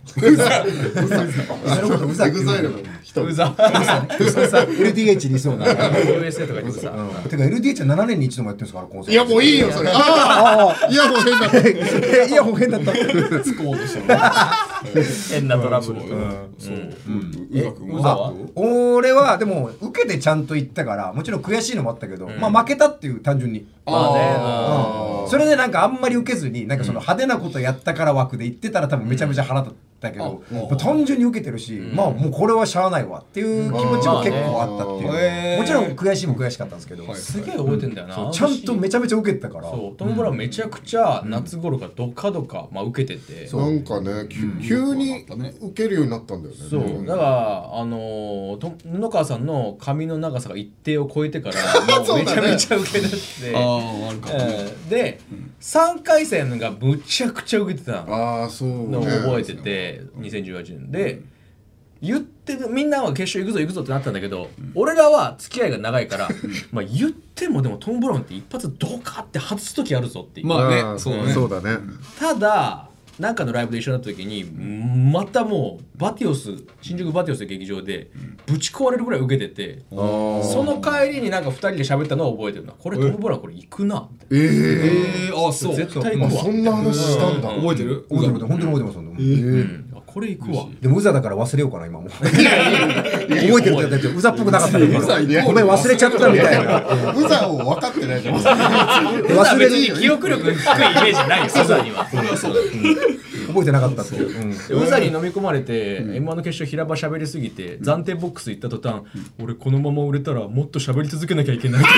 エグザイルの人。 ウザ LDH にいそうな。 USA とかにウザてか LDH は7年に一度もやってるんですからコンサート。 いやもういいよそれ。ああイヤホン変だった。 イヤホン変だった。 つこうとした変なトラブル。 ウザは俺はでも受けてちゃんと言ったからもちろん悔しいのもあったけどまあ負けたっていう単純に。 まあね。 それでなんかあんまり受けずになんかその派手なことやったから枠で言ってたら多分めちゃめちゃ腹立ったけど単純に受けてるしまあもうこれはしゃあないわっていう気持ちも結構あったっていうもちろん悔しいも悔しかったんですけどすげえ覚えてんだよな。 ちゃんとめちゃめちゃ受けてたからそうトム・ブラウンめちゃくちゃ夏頃からドカドカまあ受けてて。 なんかね急に受けるようになったんだよね。 そうだから布川さんの髪の長さが一定を超えてからもうめちゃめちゃ受け出してで3回戦がむちゃくちゃ受けてたああそうのを覚えてて2018年で言ってみんなは決勝行くぞ行くぞってなったんだけど俺らは付き合いが長いからまあ言ってもでもトム・ブラウンって一発ドカって外す時あるぞっていう。 まあねそうだね。 ただなんかのライブで一緒になった時にまたもうバティオス新宿バティオスの劇場でぶち壊れるぐらい受けててその帰りになんか2人で喋ったのを覚えてるな。これトム・ブラウンこれ行くなあそう絶対行くわ。 そんな話したんだ。 覚えてる？ 本当に覚えてますこれ行くわ。 でもウザだから忘れようかな今も覚えてるってウザっぽくなかったねごめん忘れちゃったみたいなウザを分かってないじゃん。 忘れる記憶力低いイメージないよウザには。 覚えてなかったっていうウザに飲み込まれて M1 の決勝平場喋りすぎて暫定ボックス行った途端俺このまま売れたらもっと喋り続けなきゃいけない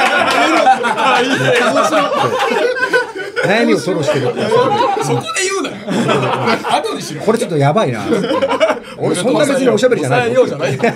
悩みを吐露してるそこで言うなよ。後にしろ。 これちょっとやばいな俺そんな別におしゃべりじゃないようじゃないよ。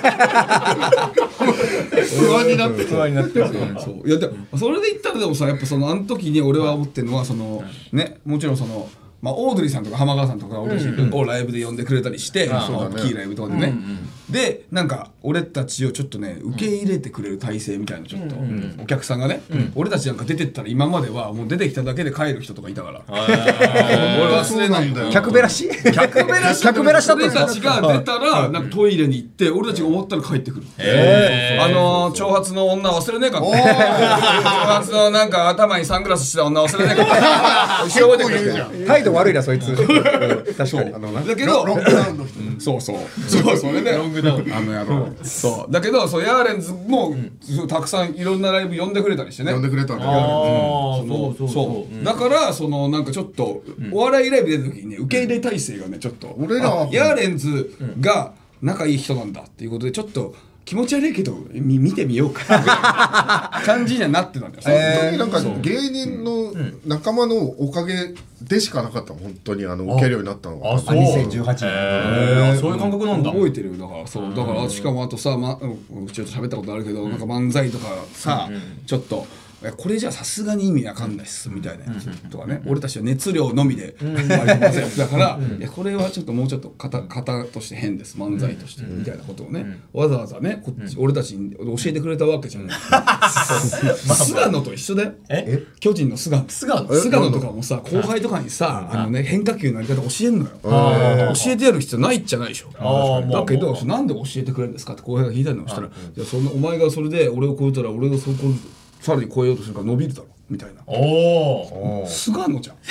不安になって不安になってる。 そういやでもそれで言ったらでもさやっぱそのあの時に俺は思ってるのはそのねもちろんそのまあオードリーさんとか浜川さんとか俺たちをライブで呼んでくれたりして大きいライブとかでねでなんか俺たちをちょっとね受け入れてくれる体制みたいなちょっとお客さんがね俺たちなんか出てったら今まではもう出てきただけで帰る人とかいたから俺忘れないんだよ。 客べらし客べらし客べらしだったん俺ですかたちが出たらなんかトイレに行って俺たちが終わったら帰ってくる長髪の女忘れねえかって長髪のなんか頭にサングラスしてた女忘れねえかって一生覚えてくれて態度悪いなそいつ確かにだけどロックダウンの人。 そうそれでロングダウン野郎そうだけどそうヤーレンズもたくさんいろんなライブ呼んでくれたりしてね呼んでくれたんだ。 そうだからそのなんかちょっとお笑いライブ出た時にね受け入れ体制がねちょっと俺らはヤーレンズが仲いい人なんだっていうことでちょっと気持ち悪いけど見てみようか感じにはなってたんだよ。 本当になんか芸人の仲間のおかげでしかなかった。本当に受けるようになったのが 2018年。 そういう感覚なんだ。 覚えてるよ。だからそうだからしかもあとさ、ちょっと喋ったことあるけど、なんか漫才とかさ、ちょっとこれじゃさすがに意味わかんないっすみたいなやつとかね、俺たちは熱量のみで割り込ませるだから、いやこれはちょっともうちょっと型として変です漫才としてみたいなことをね、わざわざねこっち俺たちに教えてくれたわけじゃん。菅野と一緒だよ。巨人の菅野とかもさ、後輩とかにさ変化球のやり方教えんのよ。教えてやる必要ないっちゃないでしょ。だけどなんで教えてくれるんですかって後輩が聞いたのをしたら、いやそんなお前がそれで俺を超えたら俺がそこさらに超えようとするから伸びるだろみたいな。菅野じゃん。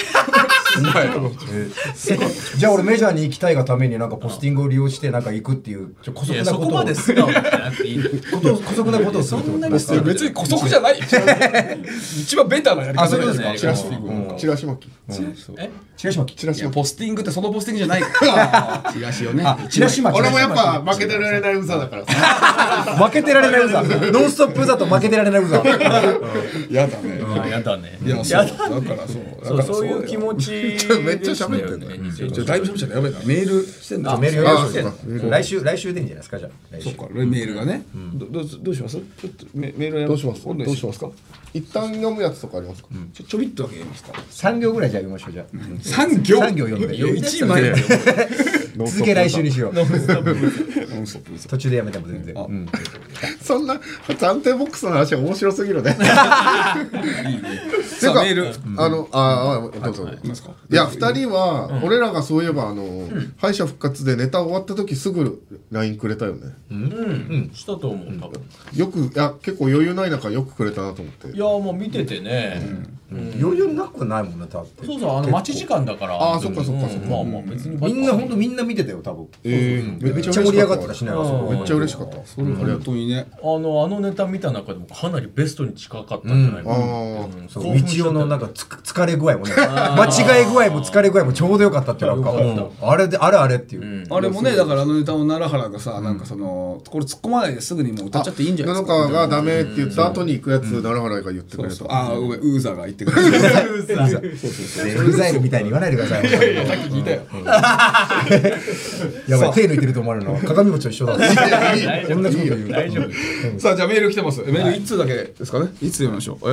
じゃあ俺メジャーに行きたいがためになんかポスティングを利用してなんか行くっていう姑息なことを姑息なことをするってことですか。 別に姑息じゃないよ。一番ベタなやり方じゃないですか。 チラシ巻きポスティングってそのポスティングじゃないからチラシをね。 チラシ巻き。 俺もやっぱ負けてられないうざだからさ。 負けてられないうざ。ノンストップうざと負けてられないうざ。 やだね。 やだね。 いやそうだからそういう気持ちめっちゃ喋ってんだよ。 だいぶ喋っちゃった。やべえな。メールしてんだ。 メール読みます。来週でいいんじゃないですか。じゃあそっかメールがね。どうします？ちょっとメールどうします今度にしますか。 一旦読むやつとかありますか。 ちょびっとだけ言いますか。 3行ぐらいじゃあ読みましょう。じゃあ 3行読んで 1枚続け来週にしよう。 ノンストップ途中でやめても全然。 そんな暫定ボックスの話は面白すぎるね。 さあメールどうぞ。いや2人は俺らがそういえば敗者復活でネタ終わった時すぐ LINE くれたよね。 したと思う多分。 よく結構余裕ない中よくくれたなと思って。 いやもう見ててね。 余裕なくないもんね。多分そう待ち時間だから。 そっかまあ別にみんな本当みんな見てたよ多分。 めっちゃ盛り上がってたしね。 めっちゃ嬉しかった。 本当にね。 あのネタ見た中でもかなりベストに近かったんじゃないかな。 道夫のなんか疲れ具合もね、間違い具合も疲れ具合もちょうどよかったっていうなんかあれっていう。 あれもねだからネタを奈良原がさなんかこれ突っ込まないですぐにもう歌っちゃっていいんじゃないですか。 布川がダメって言った後に行くやつ奈良原が言ってくれた。 ごめんウーザーが言ってくれた。 うざいのみたいに言わないでください。 さっき聞いたよ。 やばい手抜いてると思われるのは鏡餅と一緒だ。こんなこと言う。 大丈夫。 さあじゃあメール来てます。メール1通だけですかね。いつ読みましょう。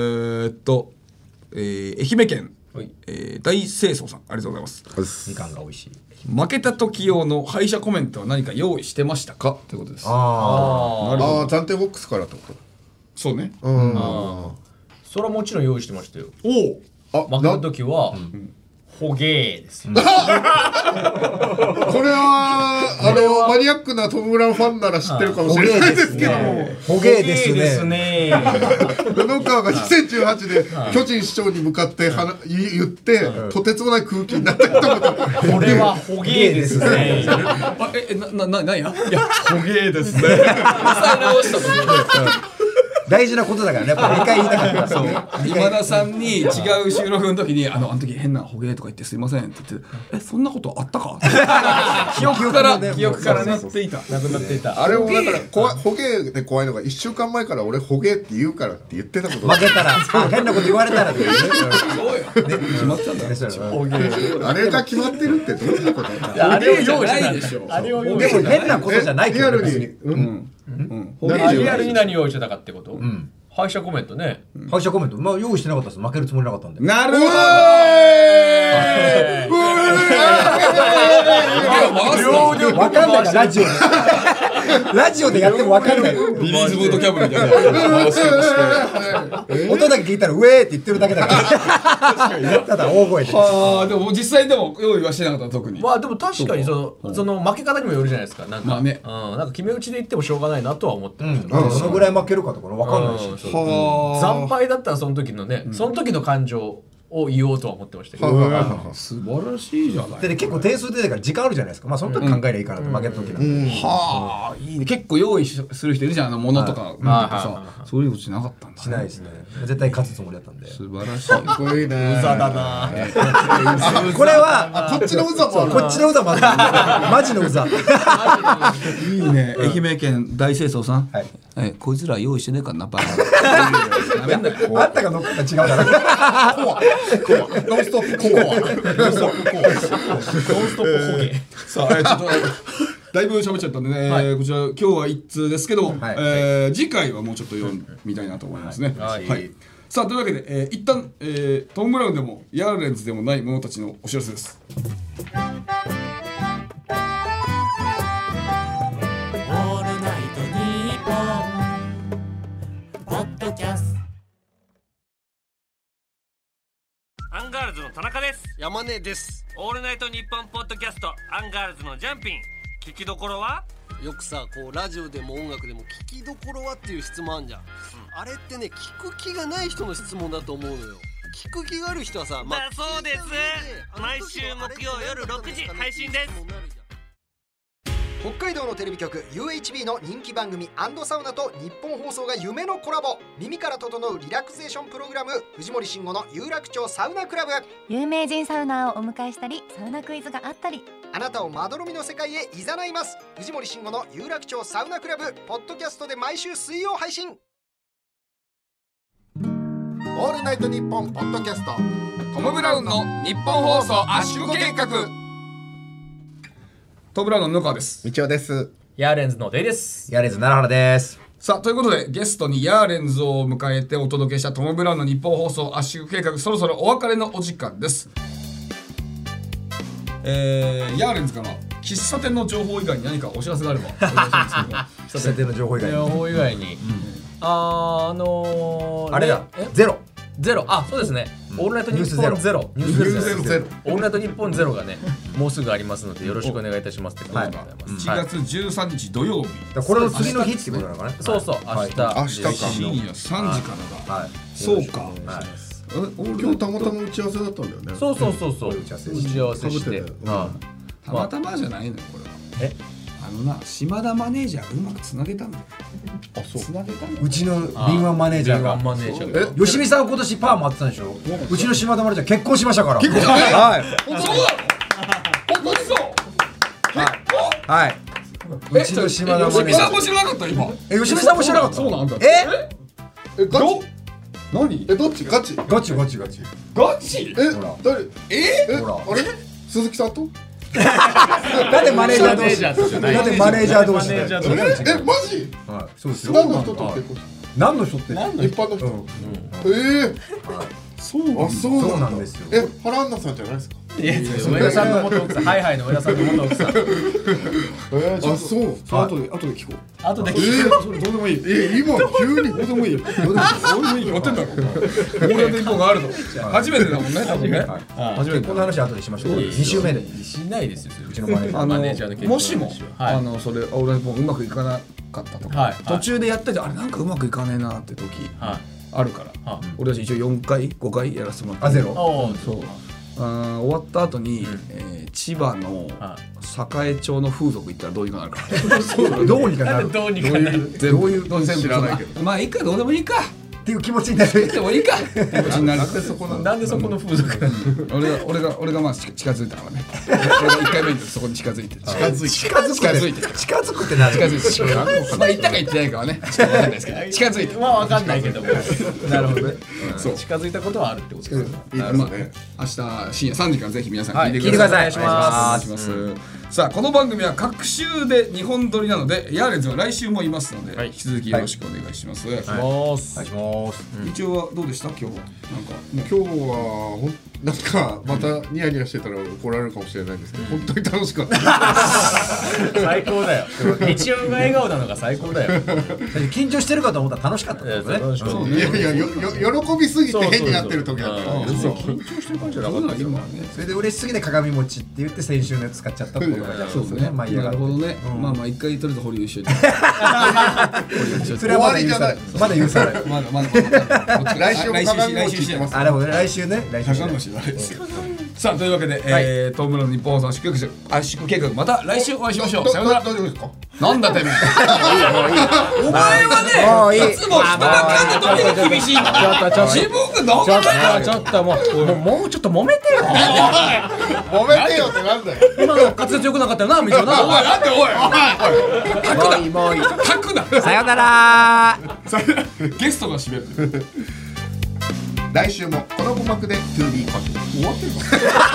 愛媛県大清掃さんありがとうございます。 みかんが美味しい。 負けた時用の敗者コメントは何か用意してましたかということです。 暫定ボックスからってこと。 そうね。 それはもちろん用意してましたよ。負けた時はホゲーですよ。 これはマニアックなトム・ブラウンファンなら知ってるかもしれないですけども、 ホゲーですね。 布川が2018で巨人市長に向かって言ってとてつもない空気になった人もこれはホゲーですね。 なんやいやホゲーですね。伝え直したと。 大事なことだからね。やっぱ2回言いたかった。そう。 今田さんに違う収録の時にあの時変なホゲーとか言ってすいませんって言ってそんなことあったか。記憶からねっていた。 なくなっていた。 あれもだからホゲーで怖いのが1週間前から俺ホゲーって言うからって言ってたこと。 負けたら変なこと言われたらっていうね。 そうよ。決まっちゃうんだ。 ホゲー。 あれが決まってるってどういうこと？ あれを用意してないでしょ。あれを用意してでも変なことじゃないけど。 リアルに。 リアルに何用意してたかってこと？敗者コメントね。 敗者コメント用意してなかったです。負けるつもりなかったんで。 なるほど。 わかんないからラジオでやってもわかんない。 リリースブートキャンプみたいな。 音だけ聞いたらウェーって言ってるだけだから。ただ大声で。 でも実際でも用意はしてなかった特に。 まあでも確かにその負け方にもよるじゃないですか。なんかね。 なんか決め打ちで言ってもしょうがないなとは思ってました。 どのぐらい負けるかとかわかんないし。 惨敗だったらその時のね、その時の感情を言おうとは思ってましたけど、 素晴らしいじゃない。 で結構点数出てから時間あるじゃないですか。まあその時考えりゃいいかなと、負けた時なんで。 はあ、いいね。結構用意する人いるじゃん、物とかさ、そういうことしなかったんだ。 しないですね。絶対勝つつもりだったんで。 素晴らしい。 かっこいいね。 うざだな。 これはこっちのうざもある。 こっちのうざもある。マジのうざ。 いいね。愛媛県大清掃さん。 はい。 こいつら用意してねえからな、バカ。 あんたが乗っかったら違うから。 ノンストップコア。 ノンストップホゲ。 さあ、ちょっとだいぶ喋っちゃったんでね、こちら今日は一通ですけども、次回はもうちょっと読みたいなと思いますね。はい。さあ、というわけで一旦トム・ブラウンでもヤーレンズでもない者たちのお知らせです。 アンガールズの田中です。 山根です。 オールナイトニッポンポッドキャストアンガールズのジャンピン、聞きどころは？ よくさ、こうラジオでも音楽でも聞きどころはっていう質問あんじゃん、あれってね、聞く気がない人の質問だと思うのよ。聞く気がある人はさ、 だそうです。毎週木曜夜6時配信です。 北海道のテレビ局 UHB の人気番組&サウナと日本放送が夢のコラボ。耳から整うリラクゼーションプログラム、藤森慎吾の有楽町サウナクラブ。 有名人サウナーをお迎えしたり、サウナクイズがあったり、 あなたをまどろみの世界へいざないます。藤森慎吾の有楽町サウナクラブ、ポッドキャストで毎週水曜配信。 オールナイトニッポンポッドキャスト、 トム・ブラウンの日本放送圧縮計画。トム・ブラウンの布川です。 みちおです。 ヤーレンズのデイです。 ヤーレンズ奈良原です。 さあ、ということでゲストにヤーレンズを迎えてお届けしたトム・ブラウンの日本放送圧縮計画、そろそろお別れのお時間です。ヤーレンズから喫茶店の情報以外に何かお知らせがあればお願いしますけど。 喫茶店の情報以外に。 情報以外に、 あれだ、ゼロ。 あ、そうですね。オールナイトニッポンゼロ。ニュースゼロ。オールナイトニッポンゼロがね、もうすぐありますのでよろしくお願いいたしますってことでございます。 1月13日土曜日。 これの次の日ってことなのかね。 そうそう、明日か。 深夜3時からだ。そうか。 今日たまたま打ち合わせだったんだよね。 そう。打ち合わせして。 たまたまじゃないのよ、これは。島田マネージャーがうまくつなげたんだよ。 あ、そう。 つなげたんだよ。 うちの敏腕マネージャーが。吉見さん今年パーマあってたんでしょ。うちの島田マネージャー結婚しましたから。はい。 本当そうなの？本当にそう？ はい。うちの島田マネージャー。 吉見さんも知らなかった今。 吉見さんも知らなかった。 そうなんだ。 ガチ？ 何？ どっち？ガチ？ ガチ。 ガチ？ 誰？あれ？鈴木さんと？ なんでマネージャー同士？なんでマネージャー同士？ マジ？ はい、そうですよ。 何の人と結婚？ 何の人って？ 一般の人。そうなんですよ。原アンナさんじゃないですか？ 上田さんの元奥さん、ハイハイの上田さんの元奥さん。 あ、そう。 後で聞こう。 後で聞こう。 それどうでもいい。 今急にどうでもいいよ。どうでもいいよ。やってんだろ。オールナイトニッポンがあるの。初めてだもんね。多分ね。 初めて。この話後でしましょう。2週目で。 しないですよ。 うちのマネージャー。 の結婚。 もしもそれオールナイトニッポンうまくいかなかったとか、途中でやったじゃん、あれなんかうまくいかねえなって時あるから、俺たち一応4回5回やらせてもらって。 ゼロ。 そう。終わった後に千葉の栄町の風俗行ったらどうにかなるから。 どうにかなる。 どうにかなる。 全部知らないけど。まあいいか、どうでもいいか。 っていう気持ちになる。 でもいいか。気持ちになる。 なんでそこの風俗。 俺がまあ近づいたからね。俺が1回目にそこに近づいて。近づくって何？近づいて。まあ言ったか言ってないかはね。ちょっとわかんないですけど。近づいて。 まあわかんないけども。なるほどね。 そう。 近づいたことはあるってことですね。 いいですね。 明日深夜3時からぜひ皆さん聞いてください。 お願いします。さあ、この番組は各週で2本撮りなので、ヤーレンズは来週もいますので、引き続きよろしくお願いします。 お願いします。 一応はどうでした今日は？なんか今日はなんかまたニヤニヤしてたら怒られるかもしれないんですけど、本当に楽しかった最高だよ。日曜が笑顔なのが最高だよ。 緊張してるかと思ったら楽しかったんだね。 いやいや、喜びすぎて変になってる時だったら緊張してる感じじゃなかったですよ。 それで嬉しすぎて鏡餅って言って先週のやつ使っちゃったってことがそうですね。なるほどね。まあ一回とりあえず保留しといて。 それはまだ許さない。まだ許さない。 まだ来週も鏡餅言ってます。 あれも来週ね。来週かもしれないですよ。さあというわけで、トムラの日本放送圧縮計画、また来週お会いしましょう。さよなら。 大丈夫ですか？ なんだてめえ。お前はね、いつも人がかんでとにかく厳しいんだ。自分がなんだよ。 ちょっともうちょっと揉めてよ。 揉めてよってなんだよ。 今の滑舌良くなかったよな、みちおな。 おい、なんでおい。 もういい。 書くな。 さよなら。 ゲストが締める。 来週もこの鼓膜で To be continued。終わってるの？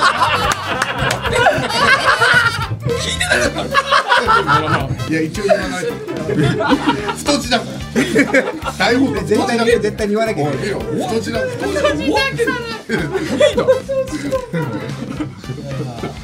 聞いてなかった。 いや一応言わないと。太字だから。台本で絶対に言わなきゃいけない。 太字だ。 いいの。